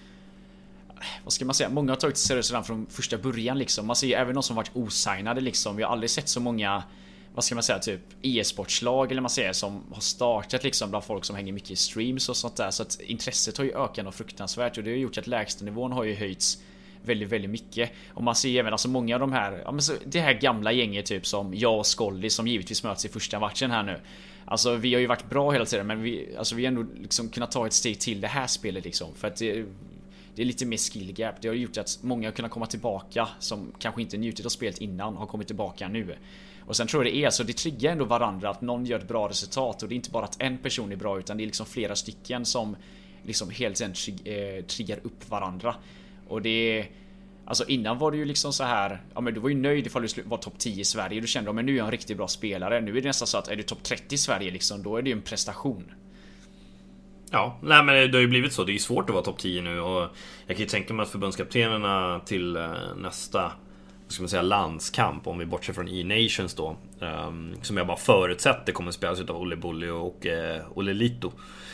vad ska man säga, många har tagit det seriöst redan från första början liksom. Man ser ju även de som varit osignade liksom. Vi har aldrig sett så många, vad ska man säga, typ e-sportslag eller man säger, som har startat liksom bland folk som hänger mycket i streams och sånt där. Så att intresset har ju ökat och fruktansvärt, och det har gjort att lägstanivån har ju höjts väldigt, väldigt mycket. Och man ser även alltså många av de här, ja, men så, det här gamla gänget typ som jag och Skolly som givetvis möts i första matchen här nu. Alltså vi har ju varit bra hela tiden, men vi har ändå liksom kunnat ta ett steg till det här spelet liksom. För att det är lite mer skill gap. Det har gjort att många har kunnat komma tillbaka som kanske inte njutit av spelet innan, har kommit tillbaka nu. Och sen tror jag det är så, det triggar ändå varandra att någon gör ett bra resultat. Och det är inte bara att en person är bra, utan det är liksom flera stycken som liksom helt triggar upp varandra. Och det är, alltså innan var det ju liksom så här, ja, men du var ju nöjd ifall du var topp 10 i Sverige. Du kände, men nu är jag en riktigt bra spelare. Nu är det nästan så att är du topp 30 i Sverige liksom, då är det ju en prestation. Ja, nej, men det har ju blivit så. Det är ju svårt att vara topp 10 nu. Och jag kan ju tänka mig att förbundskaptenerna till nästa, vad ska man säga, landskamp, om vi bortser från E-Nations då, som jag bara förutsätter kommer spelas av Olle Bulli och Olle Lito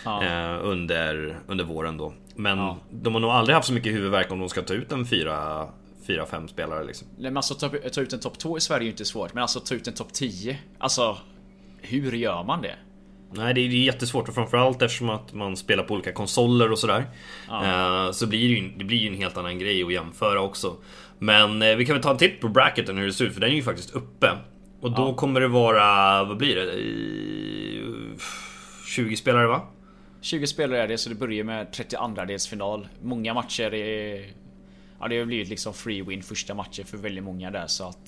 under våren då. Men de har nog aldrig haft så mycket huvudvärk om de ska ta ut en 4-5 spelare liksom. Nej, men alltså ta ut en topp 2 i Sverige är ju inte svårt, men alltså ta ut en topp 10, alltså hur gör man det? Nej, det är jättesvårt, och framförallt eftersom att man spelar på olika konsoler och sådär, så blir det blir ju en helt annan grej att jämföra också. Men vi kan väl ta en titt på bracketen hur det ser ut, för den är ju faktiskt uppe. Och då kommer det vara, vad blir det? 20 spelare va? 20 spelare är det, så det börjar med 32-delsfinal. Många matcher är... Ja, det har blivit liksom free win första matchen för väldigt många där, så att...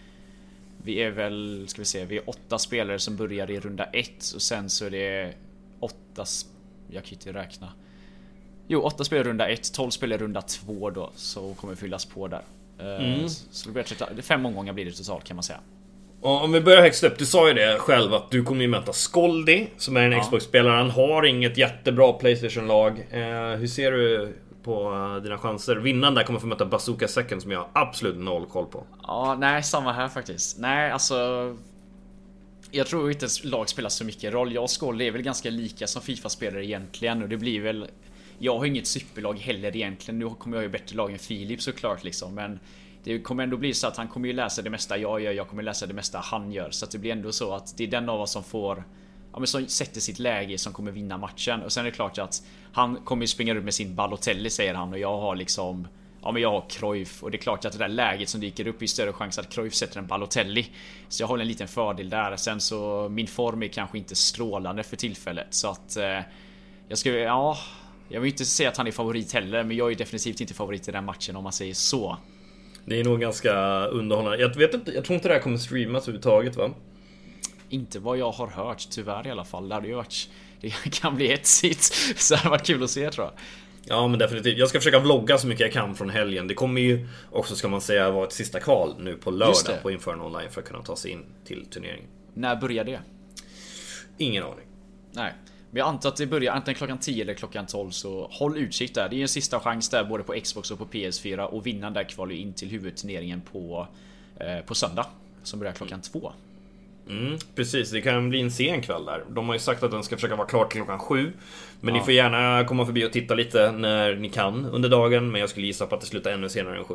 vi är väl, ska vi se, vi är 8 spelare som börjar i runda 1 och sen så är det 8... Jag kan inte räkna. Jo, 8 spelare i runda 1, 12 spelare i runda 2 då, så kommer fyllas på där. Så det blir 5 omgångar blir det totalt kan man säga. Om vi börjar högst upp, du sa ju det själv att du kommer ju möta Skoldi som är en Xbox-spelare. Han har inget jättebra PlayStation-lag. Hur ser du på dina chanser? Vinnaren där kommer få möta Bazooka Second som jag har absolut noll koll på. Ja, nej, samma här faktiskt. Nej, alltså... Jag tror inte att lag spelar så mycket roll. Jag och Skoldi är väl ganska lika som FIFA-spelare egentligen. Och det blir väl... Jag har inget superlag heller egentligen. Nu kommer jag ju bättre lag än Filip såklart liksom. Men det kommer ändå bli så att han kommer ju läsa det mesta jag gör. Jag kommer läsa det mesta han gör. Så att det blir ändå så att det är den av oss som får... Ja, men som sätter sitt läge som kommer vinna matchen. Och sen är det klart att han kommer ju springa ut med sin Balotelli säger han. Och jag har liksom... Ja, men jag har Cruyff. Och det är klart att det där läget som dyker upp är större chans att Cruyff sätter en Balotelli. Så jag har en liten fördel där. Sen så min form är kanske inte strålande för tillfället. Så att... jag skulle... Ja... Jag vill inte säga att han är favorit heller, men jag är definitivt inte favorit i den matchen om man säger så. Det är nog ganska underhållande. Jag tror inte det här kommer streamas överhuvudtaget va? Inte vad jag har hört, tyvärr i alla fall. Det hade ju varit... Det kan bli hetsigt. Så det har varit kul att se tror jag. Ja men definitivt. Jag ska försöka vlogga så mycket jag kan från helgen. Det kommer ju också, ska man säga, vara ett sista kval nu på lördag på Inferno Online för att kunna ta sig in till turneringen. När börjar det? Ingen aning. Nej. Men jag antar att det börjar antingen klockan 10 eller klockan 12. Så håll utkik där. Det är en sista chans där både på Xbox och på PS4. Och vinnaren där kvalar in till huvudturneringen på söndag. Som börjar klockan 2. Precis, det kan bli en sen kväll där. De har ju sagt att den ska försöka vara klar till klockan 7. Men ni får gärna komma förbi och titta lite när ni kan under dagen. Men jag skulle gissa på att det slutar ännu senare än 7.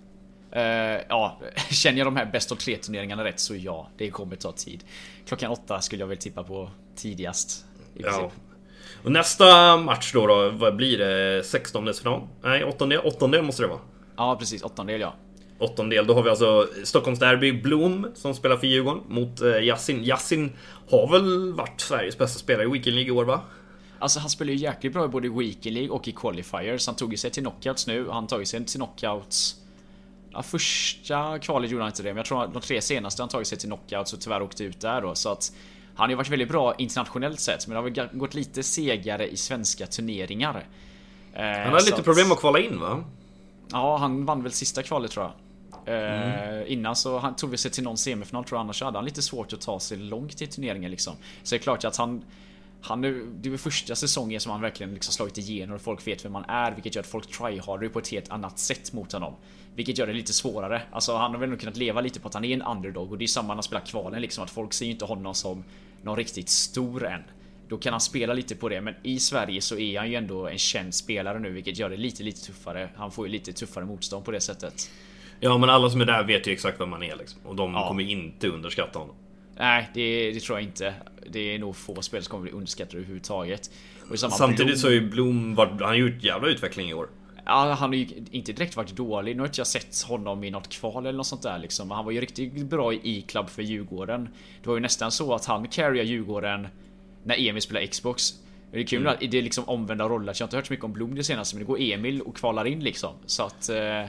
Ja, känner jag de här bäst av 3 turneringarna rätt så ja, det kommer ta tid. Klockan 8 skulle jag väl tippa på tidigast. Ja. Och nästa match då, vad blir det? 16-delsfinal? Nej, 8-del måste det vara. Ja, precis, 8-del ja. 8-del, då har vi alltså Stockholms derby, Blom som spelar för Djurgården mot Yassin. Yassin har väl varit Sveriges bästa spelare i Weekend League i år va? Alltså han spelar ju jäkligt bra i både Weekend League och i Qualifiers. Han tog ju sig till knockouts nu. Han tagit sig till knockouts. Ja, första kvalet gjorde han inte det, men jag tror att de 3 senaste han tagit sig till knockouts och tyvärr åkte ut där då. Så att han har ju varit väldigt bra internationellt sett, men det har väl gått lite segare i svenska turneringar. Han har lite problem att kvala in va? Ja, han vann väl sista kvalet tror jag. Innan så han tog vi sig till någon semifinal tror jag, annars hade han lite svårt att ta sig långt i turneringen liksom. Så det är klart att han det är väl första säsongen som han verkligen liksom slagit igenom och folk vet vem man är, vilket gör att folk tryhardar på ett helt annat sätt mot honom. Vilket gör det lite svårare. Alltså han har väl nog kunnat leva lite på att han är en underdog. Och det är samma när han spelar kvalen liksom, att folk ser ju inte honom som någon riktigt stor än. Då kan han spela lite på det. Men i Sverige så är han ju ändå en känd spelare nu, vilket gör det lite tuffare. Han får ju lite tuffare motstånd på det sättet. Ja men alla som är där vet ju exakt vem man är liksom. Och de kommer inte underskatta honom. Nej, det tror jag inte. Det är nog få spel som kommer bli underskattade överhuvudtaget. Och samtidigt så är ju Blom, han har gjort jävla utveckling i år. Ja, han har ju inte direkt varit dålig. Nu har inte jag sett honom i något kval eller något sånt där liksom. Han var ju riktigt bra i E-club för Djurgården. Det var ju nästan så att han carryade Djurgården när Emil spelar Xbox. Det är kul att det är liksom omvända roller. Så jag har inte hört så mycket om Blom det senaste, men det går Emil och kvalar in liksom. Så att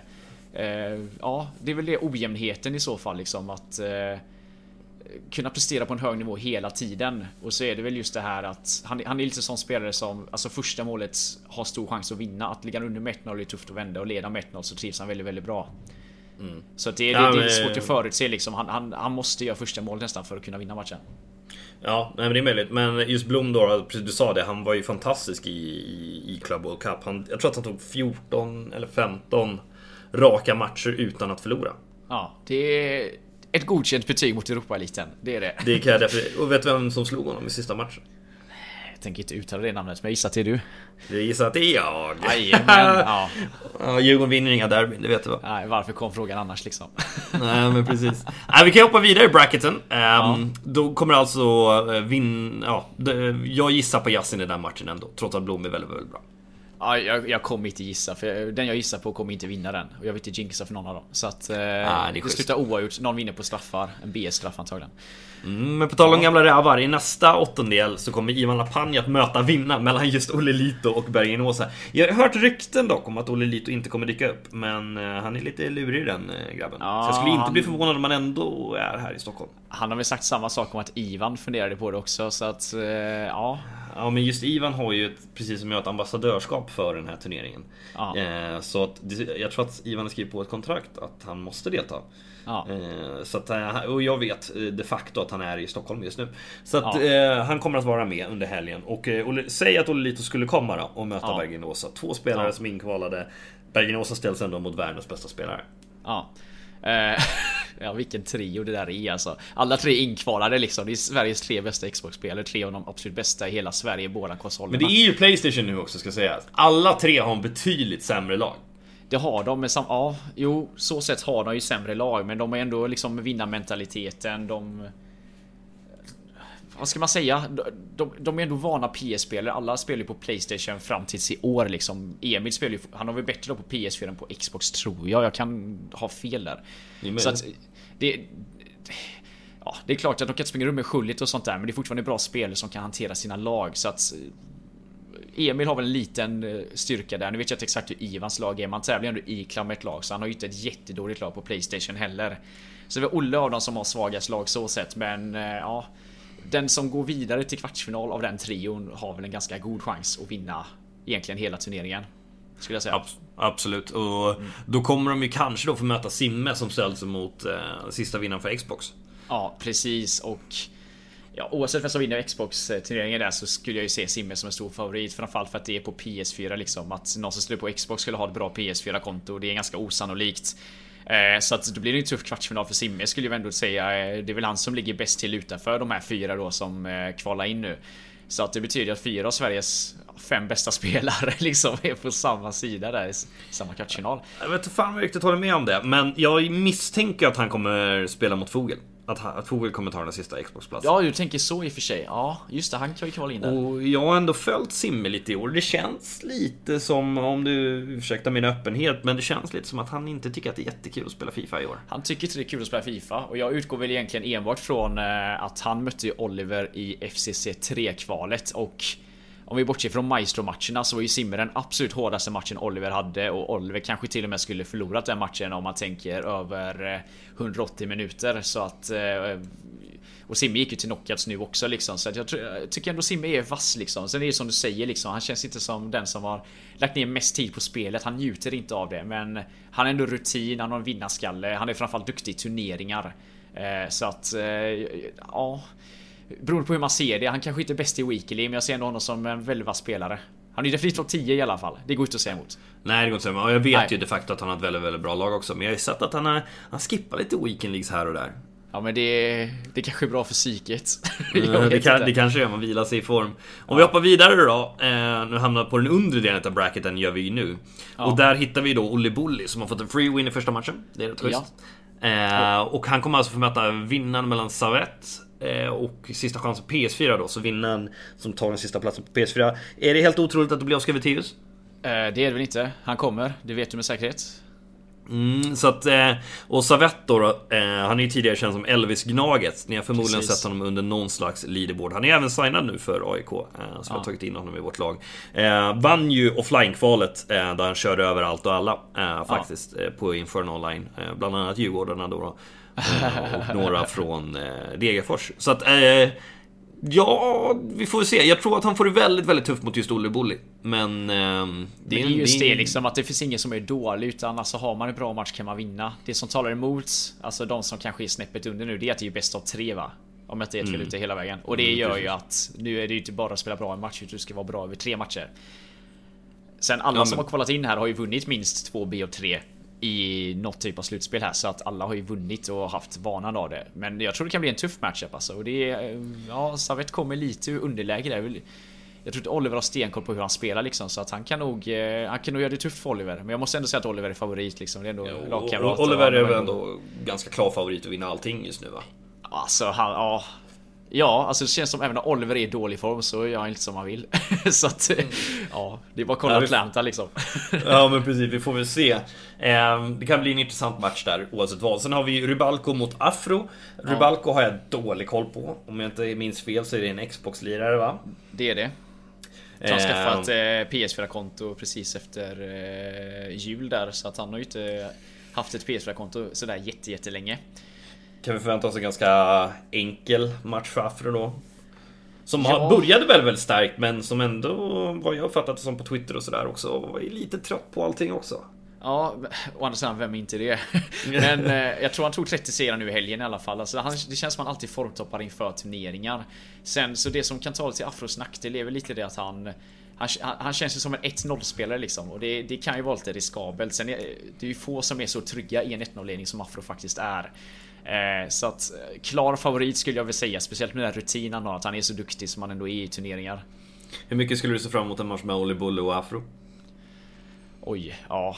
ja, det är väl det ojämnheten i så fall liksom, att kunna prestera på en hög nivå hela tiden. Och så är det väl just det här att han är lite sån spelare som, alltså första målet har stor chans att vinna. Att ligga under med 1-0 är tufft att vända, och leda med 1-0 så trivs han väldigt, väldigt bra. Så att det är svårt att förutse liksom. Han måste göra första målet nästan för att kunna vinna matchen. Ja, nej, men det är möjligt. Men just Blom då, precis du sa det, han var ju fantastisk i Club World Cup. Jag tror att han tog 14 eller 15 raka matcher utan att förlora. Ja, det är ett godkänt betyg mot Europa-eliten. Det är det. Det kan jag definitivt. Och vet du vem som slog honom i sista matchen? Jag tänker inte uttala det namnet, men jag gissar att det är du. Jag gissar att det är jag. Ja. Djurgården vinner inga derbyn, det vet du va? Nej, varför kom frågan annars liksom? Nej, men precis. Nej, vi kan hoppa vidare i bracketen. Då kommer alltså vinna. Ja, jag gissar på Yassin i den matchen ändå, trots att Blom är väldigt, väldigt bra. Ja, jag kommer inte gissa, för den jag gissar på kommer inte vinna den. Och jag vill inte jinxa för någon av dem. Så att det slutar oavgjort. Någon vinner på straffar. En BS-straff antagligen. Men på tal om gamla rävar, i nästa åttondel så kommer Ivan Lapagna att möta vinnaren mellan just Olle Lito och Bergen Åsa. Jag har hört rykten dock om att Olle Lito inte kommer dyka upp, men han är lite lurig den grabben. Ja, så jag skulle inte bli förvånad om han ändå är här i Stockholm. Han har väl sagt samma sak om att Ivan funderade på det också, så att ja. Ja, men just Ivan har ju precis som jag ett ambassadörskap för den här turneringen. Ja. Så att, jag tror att Ivan har skrivit på ett kontrakt att han måste delta. Ja. Så att, och jag vet de facto att han är i Stockholm just nu. Så att han kommer att vara med under helgen. Och säg att Olle Lito skulle komma då och möta Bergen Åsa. 2 spelare som inkvalade. Bergen Åsa ställs ändå mot världens bästa spelare. Ja. Ja, vilken trio det där är alltså. Alla 3 inkvalade liksom. Det är Sveriges 3 bästa Xbox-spelare. 3 av de absolut bästa i hela Sverige, båda konsolerna. Men det är ju PlayStation nu också, ska sägas. Alla 3 har en betydligt sämre lag. Det har de, men så sett har de ju sämre lag. Men de är ändå liksom vinnarmentaliteten. Vad ska man säga? De är ändå vana PS-spelare. Alla spelar ju på PlayStation fram tills i år liksom. Emil spelar ju, han har väl bättre då på PS4 än på Xbox, tror jag. Jag kan ha fel där. Så att det är klart att de kan springa runt med skyldigt och sånt där, men det är fortfarande bra spelare som kan hantera sina lag. Så att Emil har väl en liten styrka där. Nu vet jag inte exakt hur Ivans lag är. Man tävlar ändå i klam med ett lag, så han har ju inte ett jättedåligt lag på PlayStation heller. Så det är Olle av dem som har svagast lag så sett. Men ja, den som går vidare till kvartsfinal av den trion har väl en ganska god chans att vinna egentligen hela turneringen, skulle jag säga. Absolut. Och då kommer de ju kanske då få möta Simme som ställs mot sista vinnaren för Xbox. Ja, precis. Och ja, oavsett vem som vinner Xbox-turneringen där, så skulle jag ju se Simme som en stor favorit. Framförallt för att det är på PS4 liksom. Att någon som står på Xbox skulle ha ett bra PS4-konto, det är ganska osannolikt. Så att då blir det en tuff kvartsfinal för Simme, skulle jag ändå säga. Det är väl han som ligger bäst till utanför de här 4 då som kvalar in nu. Så att det betyder att 4 av Sveriges 5 bästa spelare liksom är på samma sida där i samma kvartsfinal. Jag vet inte fan om jag riktigt håller med om det, men jag misstänker att han kommer spela mot Fogel. Att Fogel kommer ta den sista Xbox-platsen. Ja, du tänker så i och för sig. Ja, just det, han kan ju kvala in där. Och jag har ändå följt Simme lite i år. Det känns lite som, om du ursäktar min öppenhet, men det känns lite som att han inte tycker att det är jättekul att spela FIFA i år. Han tycker inte det är kul att spela FIFA. Och jag utgår väl egentligen enbart från att han mötte ju Oliver i FCC 3-kvalet. Och om vi bortser från Maestro-matcherna, så var ju Simme den absolut hårdaste matchen Oliver hade. Och Oliver kanske till och med skulle förlorat den matchen om man tänker över 180 minuter. Så att och Simme gick ju till knockouts nu också liksom. Så att jag tycker ändå Simme är vass liksom. Sen är det som du säger liksom, han känns inte som den som har lagt ner mest tid på spelet. Han njuter inte av det, men han har ändå rutin, han har en vinnarskalle. Han är framförallt duktig i turneringar. Så att ja, beroende på hur man ser det. Han kanske inte är bäst i weekly, men jag ser ändå honom som en väldigt vass spelare. Han är definitivt topp 10 i alla fall. Det går inte att säga emot. Nej, det går inte att säga emot. Och jag vet ju de facto att han har ett väldigt, väldigt bra lag också. Men jag har ju sett att han skippar lite weekend leagues här och där. Ja, men det kanske är bra för psyket. Det kanske är, man vilar sig i form. Om vi hoppar vidare då, nu hamnar på den undre delen av bracketen, gör vi ju nu. Och där hittar vi då Olle Bulli som har fått en free win i första matchen. Det är rätt schysst. Och han kommer alltså få möta vinnaren mellan Savet och sista chansen på PS4 då. Så vinnaren som tar den sista platsen på PS4. Är det helt otroligt att det blir Oskar Vettius? Det är det väl inte. Han kommer, det vet du med säkerhet. Så att, och Savet då, han är ju tidigare känd som Elvis Gnaget. Ni har förmodligen sett honom under någon slags leaderboard. Han är även signad nu för AIK, så vi har tagit in honom i vårt lag. Vann ju offline-kvalet där han körde över allt och alla faktiskt på Inferno Online, bland annat Djurgårdarna då, och några från Degerfors. Så att ja, vi får se. Jag tror att han får det väldigt, väldigt tufft mot just Olle Bulli. Men det är just det liksom, att det finns ingen som är dålig, utan alltså har man en bra match kan man vinna. Det som talar emot, alltså de som kanske är snäppet under nu, det är att det är bäst av 3, va? Om jag inte är fel ute hela vägen. Och det gör ju att nu är det ju inte bara att spela bra en match, utan du ska vara bra över 3 matcher. Sen alla som har kvalat in här har ju vunnit minst 2 B och 3 i något typ av slutspel här, så att alla har ju vunnit och haft vanan av det. Men jag tror det kan bli en tuff matchup alltså. Och det är, ja, Savet kommer lite ur underläge där. Jag tror att Oliver har stenkoll på hur han spelar liksom, så att han kan nog göra det tufft för Oliver. Men jag måste ändå säga att Oliver är favorit liksom. Det är ändå lagkamrat. Oliver är väl ändå ganska klar favorit att vinna allting just nu, va? Alltså Ja, alltså det känns som även när Oliver är i dålig form så gör han lite som han vill. Så att, ja, det är bara att kolla Atlanta liksom. Ja men precis, vi får väl se. Det kan bli en intressant match där oavsett vad. Sen har vi Rybalko mot Afro. Rybalko har jag dålig koll på. Om jag inte minns fel så är det en Xbox-lirare, va? Det är det. Han skaffat PS4-konto precis efter jul där. Så att han har ju inte haft ett PS4-konto sådär jättelänge. Kan vi förvänta oss en ganska enkel match för Afro då? Som började väldigt starkt, men som ändå, vad jag fattat som på Twitter och sådär också, var lite trött på allting också. Ja, å andra sidan, vem är inte det? Men jag tror han tog 30 segrar nu i helgen i alla fall. Alltså, det känns som han alltid formtoppar inför turneringar. Sen, så det som kan ta till Afros nackdel är väl lite det att han känns ju som en 1-0-spelare liksom. Och det kan ju vara lite riskabelt. Sen det är ju få som är så trygga i en 1-0-ledning som Afro faktiskt är. Så att klar favorit skulle jag väl säga. Speciellt med den här rutinen att han är så duktig som han ändå är i turneringar. Hur mycket skulle du se fram emot en match med Oli Bulle och Afro? Oj, ja.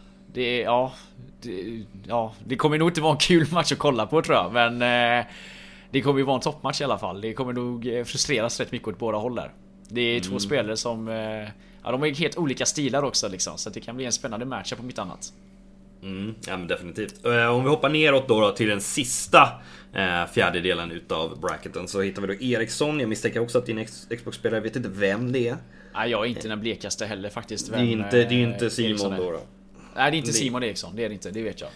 Det kommer nog inte vara en kul match att kolla på tror jag. Men det kommer ju vara en toppmatch i alla fall. Det kommer nog frustreras rätt mycket åt båda håll där. Det är två spelare som de har helt olika stilar också liksom. Så det kan bli en spännande match på mitt annat. Ja men definitivt. Om vi hoppar neråt då till den sista fjärdedelen utav bracketen, så hittar vi då Eriksson. Jag misstänker också att din Xbox-spelare, jag vet inte vem det är. Nej, jag är inte den blekaste heller faktiskt. Det är inte Simon då. Nej, det är inte Simon Eriksson, det är det inte, det vet jag.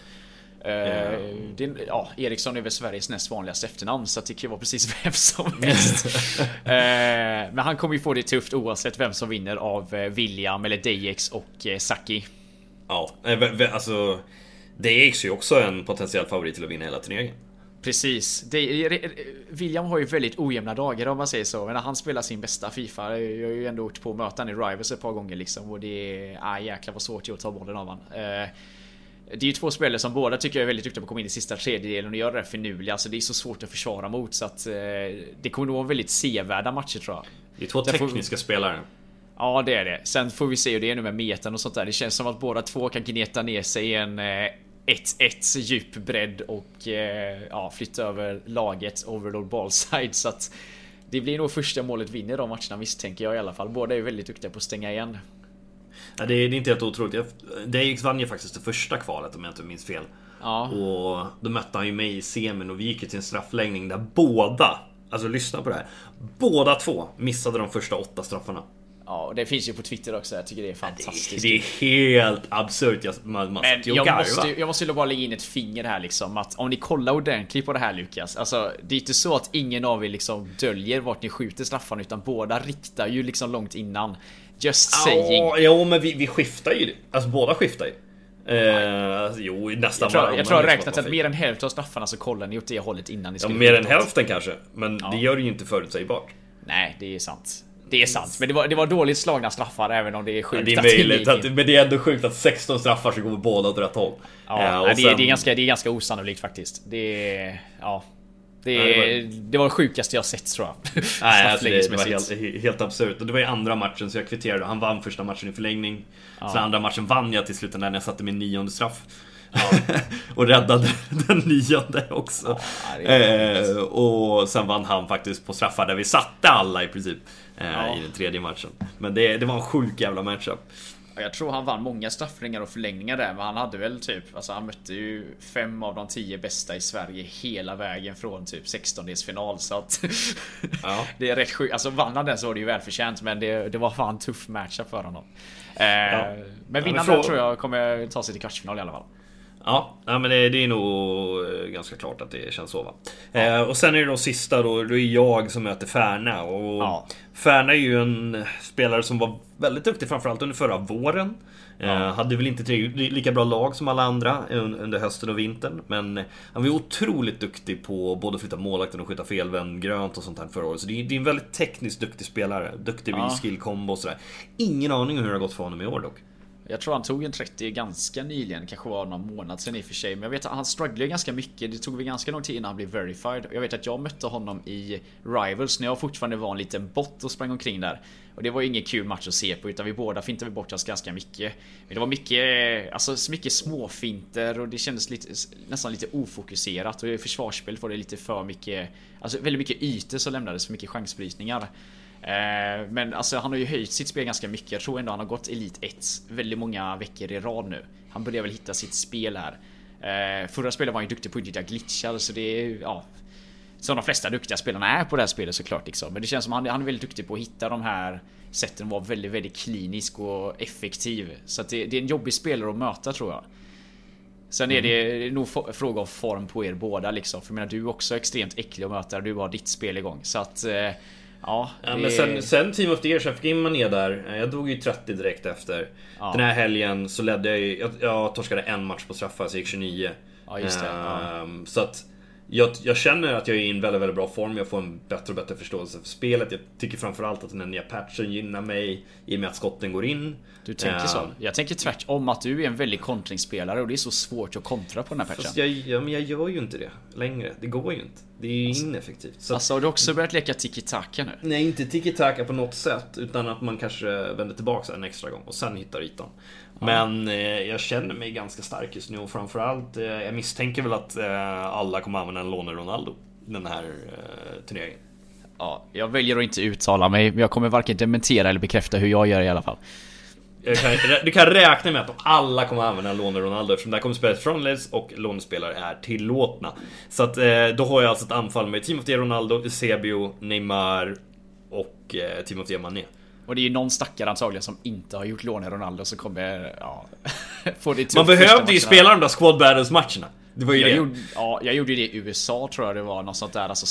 Eriksson är väl Sveriges näst vanligaste efternamn, så det kan ju vara precis vem som helst. Men han kommer ju få det tufft oavsett vem som vinner av William eller DX och Saki. Ja, alltså DX är ju också en potentiell favorit till att vinna hela turneringen. Precis. William har ju väldigt ojämna dagar om man säger så. Men när han spelar sin bästa FIFA, jag har ju ändå åkt på möten i Rivals ett par gånger liksom. Och det är jäklar vad svårt att ta bollen av han. Det är ju två spelare som båda tycker jag är väldigt duktiga på att komma in i sista tredjedelen och göra det finurliga. Alltså det är så svårt att försvara mot, så att det kommer nog vara väldigt sevärda matcher tror jag. Det är två tekniska spelare. Ja, det är det. Sen får vi se hur det är nu med metan och sånt där. Det känns som att båda två kan gneta ner sig i en 1-1 djup bredd och flytta över laget overload ballside, så att det blir nog första målet vinner de matcherna, misstänker jag i alla fall. Båda är väldigt duktiga på att stänga igen. Ja, det är inte helt otroligt. DX vann ju faktiskt det första kvalet om jag inte minns fel. Ja. Och då mötte han ju mig i semin och vi gick till en straffläggning där båda, alltså lyssna på det här, båda två missade de första 8 straffarna. Ja, det finns ju på Twitter också. Jag tycker det är fantastiskt. Det är helt absurt. Jag måste bara lägga in ett finger här liksom, att om ni kollar ordentligt på det här, Lukas, alltså det är inte så att ingen av er liksom döljer vart ni skjuter straffarna, utan båda riktar ju liksom långt innan. Just saying. Ja, men vi skiftar ju. Alltså båda skiftar ju. Nästan. Jag tror jag räknat att mer än hälften av straffarna så kollar ni åt det hållet innan ni skulle. Mer än hälften kanske. Men det gör det ju inte förutsägbart. Nej, det är sant. Det är sant, men det var dåligt slagna straffar, även om det är sjukt. Det är möjligt, men det är ändå sjukt att 16 straffar så går båda åt rätt håll. Ja, det är ganska osannolikt faktiskt. Det var det sjukaste jag sett tror jag. Nej, alltså det var helt absurt. Och det var ju andra matchen så jag kvitterade. Han vann första matchen i förlängning. Så andra matchen vann jag till slut när jag satte min 9:e straff. Och räddade den 9:e också. Och sen vann han faktiskt på straffar där vi satte alla i princip i den tredje matchen. Men det var en sjuk jävla matchup. Jag tror han vann många straffringar och förlängningar där, men han hade väl typ, alltså han mötte ju 5 av de 10 bästa i Sverige hela vägen från typ 16-delsfinal, så att det är rätt sjukt. Alltså vann han den så var det ju välförtjänt, men det var fan tuff matchup för honom. Men vinnaren där tror jag kommer ta sig till kvartsfinal i alla fall. Ja, men det är nog ganska klart att det känns så, va? Och sen är det de sista då är jag som möter Färna. Och Färna är ju en spelare som var väldigt duktig framförallt under förra våren. Hade väl inte lika bra lag som alla andra under hösten och vintern, men han var otroligt duktig på både att flytta målakten och skjuta felvänd grönt och sånt här förra året. Så det är en väldigt tekniskt duktig spelare. Duktig vid skill combo och sådär. Ingen aning om hur det har gått för honom i år dock. Jag tror han tog en 30 ganska nyligen, kanske var någon månad sedan i och för sig. Men jag vet att han strugglade ganska mycket. Det tog väl ganska lång tid innan han blev verified. Jag vet att jag mötte honom i Rivals när jag fortfarande var en liten bot och sprang omkring där. Och det var ju ingen kul match att se på, utan vi båda fintade bort oss ganska mycket. Men det var mycket, alltså så mycket småfinter och det kändes lite, nästan lite ofokuserat. Och i försvarsspelet var det lite för mycket, alltså väldigt mycket ytor som lämnades, för mycket chansbrytningar. Men alltså han har ju höjt sitt spel ganska mycket. Jag tror ändå han har gått Elite 1 väldigt många veckor i rad nu. Han börjar väl hitta sitt spel här. Förra spelet var han ju duktig på att utnyttja glitchar, så det är, ja, som de flesta duktiga spelarna är på det här spelet såklart liksom. Men det känns som han är väldigt duktig på att hitta de här sätten, vara väldigt, väldigt klinisk och effektiv. Så att det är en jobbig spelare att möta, tror jag. Sen är det nog fråga om form på er båda liksom. För jag menar, du är också extremt äcklig att möta. Du har ditt spel igång. Så att ja, men sen Team of the Year, så jag fick in Mané där. Jag dog ju 30 direkt efter. Ja. Den här helgen så ledde jag ju, jag torskade en match på straffar, så jag gick 29. Ja, just det. Så att jag känner att jag är i en väldigt, väldigt bra form. Jag får en bättre och bättre förståelse för spelet. Jag tycker framförallt att den här nya patchen gynnar mig i och med att skotten går in. Du tänker så? Jag tänker tvärtom, att du är en väldigt kontringsspelare och det är så svårt att kontra på den här patchen. Fast jag gör ju inte det längre. Det går ju inte. Det är ju ineffektivt. Så alltså har du också börjat leka tiki-taka nu? Nej, inte tiki-taka på något sätt, utan att man kanske vänder tillbaka en extra gång och sen hittar ytan. Men jag känner mig ganska stark just nu, och framförallt jag misstänker väl att alla kommer använda en låne Ronaldo den här turneringen. Ja, jag väljer att inte uttala mig, men jag kommer varken dementera eller bekräfta hur jag gör i alla fall. Du kan räkna med att de alla kommer använda en låne Ronaldo, eftersom där kommer spelet frontleds och lånespelare är tillåtna. Så att då har jag alltså ett anfall med Team of the Year Ronaldo, Eusebio, Neymar och Team of the Year Mané. Och det är ju någon stackare antagligen som inte har gjort lån i Ronaldo, så kommer få det tufft. Man behövde ju spela de där Squad Battles matcherna. Det var ju jag gjorde det i USA, tror jag det var något sånt där, alltså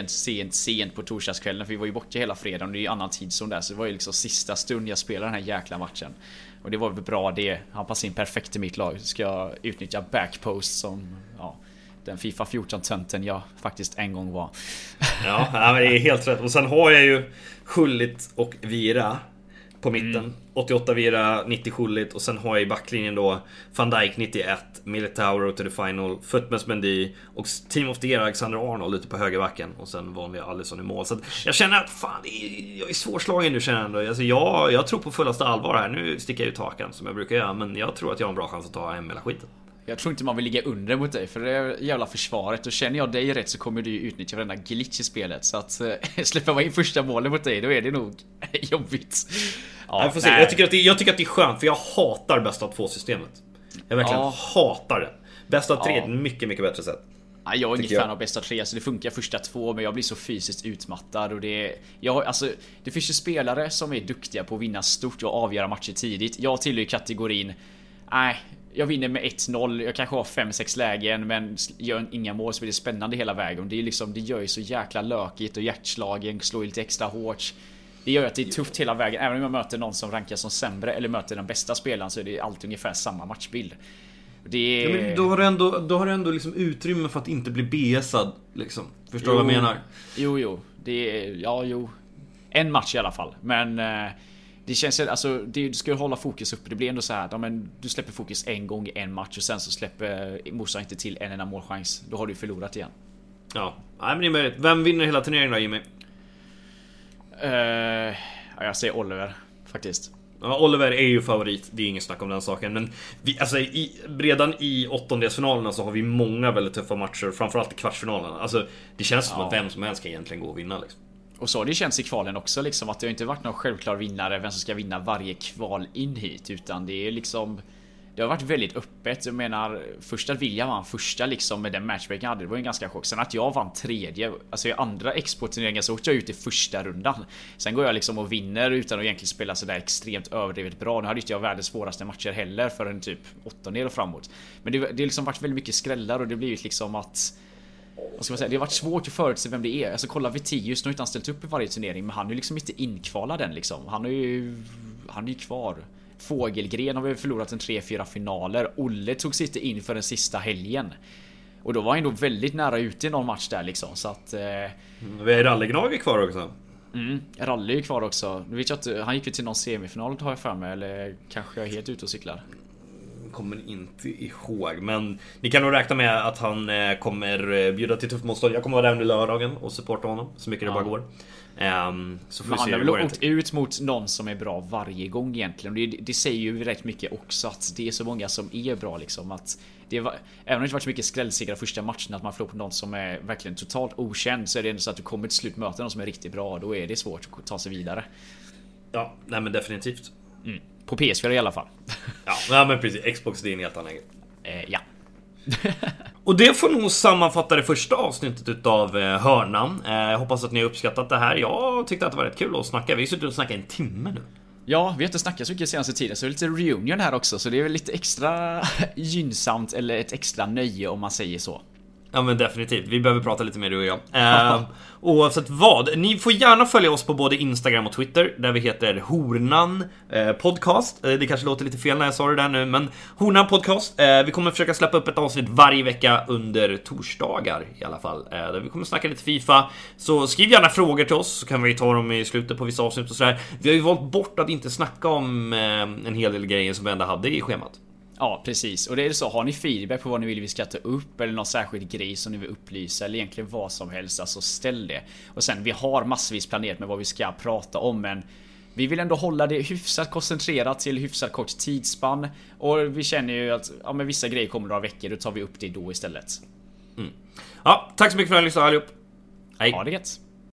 sent på torsdagskvällen, för vi var ju borta hela fredagen och det är ju annan tidszon där, så det var ju liksom sista stund jag spelade den här jäkla matchen. Och det var väl bra det. Han passade in perfekt i mitt lag. Ska jag utnyttja backpost som den FIFA 14-tönten jag faktiskt en gång var. Ja, men det är helt rätt. Och sen har jag ju Schullit och Vira på mitten. 88 Vira, 90 Schullit. Och sen har jag i backlinjen då Van Dijk 91, Militao road to the final, Footmans Mendy och Team of the Year Alexander Arnold ute på högerbacken. Och sen vanliga Alisson i mål. Så jag känner att fan, jag är svårslagen nu, känner jag ändå. Alltså jag tror på fullaste allvar här. Nu sticker jag ut hakan som jag brukar göra, men jag tror att jag har en bra chans att ta hem hela skiten. Jag tror inte man vill ligga under mot dig, för det är jävla försvaret. Och känner jag dig rätt så kommer du utnyttja varenda glitch i spelet. Så att släpper man in första målet mot dig, då är det nog jobbigt. Ja, jag tycker att det är skönt, för jag hatar bästa av 2-systemet. Jag verkligen hatar det. Bästa av 3 är ett mycket, mycket bättre sätt. Jag är ingen fan av bästa 3, så det funkar första 2, men jag blir så fysiskt utmattad. Och det finns ju spelare som är duktiga på att vinna stort och avgöra matcher tidigt. Jag tillhör ju kategorin jag vinner med 1-0, jag kanske har 5-6 lägen, men gör inga mål, så blir det spännande hela vägen. Det är liksom, det gör ju så jäkla lökigt, och hjärtslagen slår lite extra hårt. Det gör att det är tufft hela vägen. Även om jag möter någon som rankar som sämre eller möter den bästa spelaren, så är det alltid ungefär samma matchbild. Det är... men då har du ändå liksom utrymme för att inte bli BSad liksom. Förstår du vad jag menar? Jo. Det är en match i alla fall. Men det känns, alltså, du ska hålla fokus uppe. Det blir ändå så här, men du släpper fokus en gång i en match, och sen så släpper motståndaren inte till en enda målchans. Då har du förlorat igen. Ja, men det är möjligt. Vem vinner hela turneringen då, Jimmy? Jag säger Oliver faktiskt. Ja, Oliver är ju favorit, det är ingen snack om den saken. Men redan i åttondelsfinalerna så har vi många väldigt tuffa matcher, framförallt i kvartsfinalerna. Alltså, det känns som att vem som helst kan egentligen gå och vinna liksom. Och så har det känns i kvalen också liksom, att det har inte varit någon självklar vinnare vem som ska vinna varje kval in hit, utan det är liksom, det har varit väldigt öppet. Jag menar, först att Vilja vann första liksom med den matchbreaken hade, det var en ganska chock. Sen att jag vann tredje, alltså i andra exportturneringar så åkte jag ut i första rundan. Sen går jag liksom och vinner utan att egentligen spela så där extremt överdrivet bra. Nu hade inte jag världens svåraste matcher heller för en typ 8-del och framåt. Men det har liksom varit väldigt mycket skrällar, och det blir ju liksom att, vad ska man säga, det har varit svårt att förutse vem det är. Alltså kolla Vitius, nu har inte han ställt upp i varje turnering, men han är ju liksom inte inkvalad den liksom. Han är ju kvar. Fågelgren har vi förlorat en 3-4 finaler. Olle tog sig inte in för den sista helgen, och då var han ändå väldigt nära ute i någon match där liksom. Så att vi är rallygnage kvar också. Rally är ju kvar också. Nu vet jag inte, han gick ju till någon semifinal har jag för mig. Eller kanske jag är helt ute och cyklar. Kommer inte ihåg, men ni kan nog räkna med att han kommer bjuda till tufft motstånd. Jag kommer vara där under lördagen och supporta honom så mycket det bara går. Så får vi se. Han har väl åkt ut mot någon som är bra varje gång egentligen. Det säger ju rätt mycket också att det är så många som är bra liksom. Att även om det inte varit så mycket skrällsegrar första matchen, att man får på någon som är verkligen totalt okänd, så är det ändå så att du kommer till slut möta någon som är riktigt bra. Då är det svårt att ta sig vidare. Ja, nej men definitivt. På PS4 i alla fall. Ja men precis, Xbox det är en helt annan grej. Ja. Och det får nog sammanfatta det första avsnittet utav Hörnan. Jag hoppas att ni har uppskattat det här. Jag tyckte att det var rätt kul att snacka. Vi har suttit och snackat en timme nu. Ja, vi har inte snackat så mycket senaste tiden, så det är lite reunion här också. Så det är väl lite extra gynnsamt, eller ett extra nöje om man säger så. Ja men definitivt, vi behöver prata lite mer du och jag. Oavsett vad, ni får gärna följa oss på både Instagram och Twitter, där vi heter Hornan Podcast. Det kanske låter lite fel när jag sa det där nu, men Hornan Podcast. Vi kommer försöka släppa upp ett avsnitt varje vecka under torsdagar i alla fall, där vi kommer snacka lite FIFA. Så skriv gärna frågor till oss, så kan vi ta dem i slutet på vissa avsnitt och sådär. Vi har ju valt bort att inte snacka om en hel del grejer som vi ändå hade i schemat. Ja, precis. Och det är så, har ni feedback på vad ni vill vi ska ta upp, eller någon särskild grej som ni vill upplysa, eller egentligen vad som helst, alltså ställ det. Och sen, vi har massvis planerat med vad vi ska prata om, men vi vill ändå hålla det hyfsat koncentrerat till hyfsat kort tidsspann. Och vi känner ju att men vissa grejer kommer några veckor, då tar vi upp det då istället. Ja, tack så mycket för att ni lyssnade allihop. Hej. Ha det gött.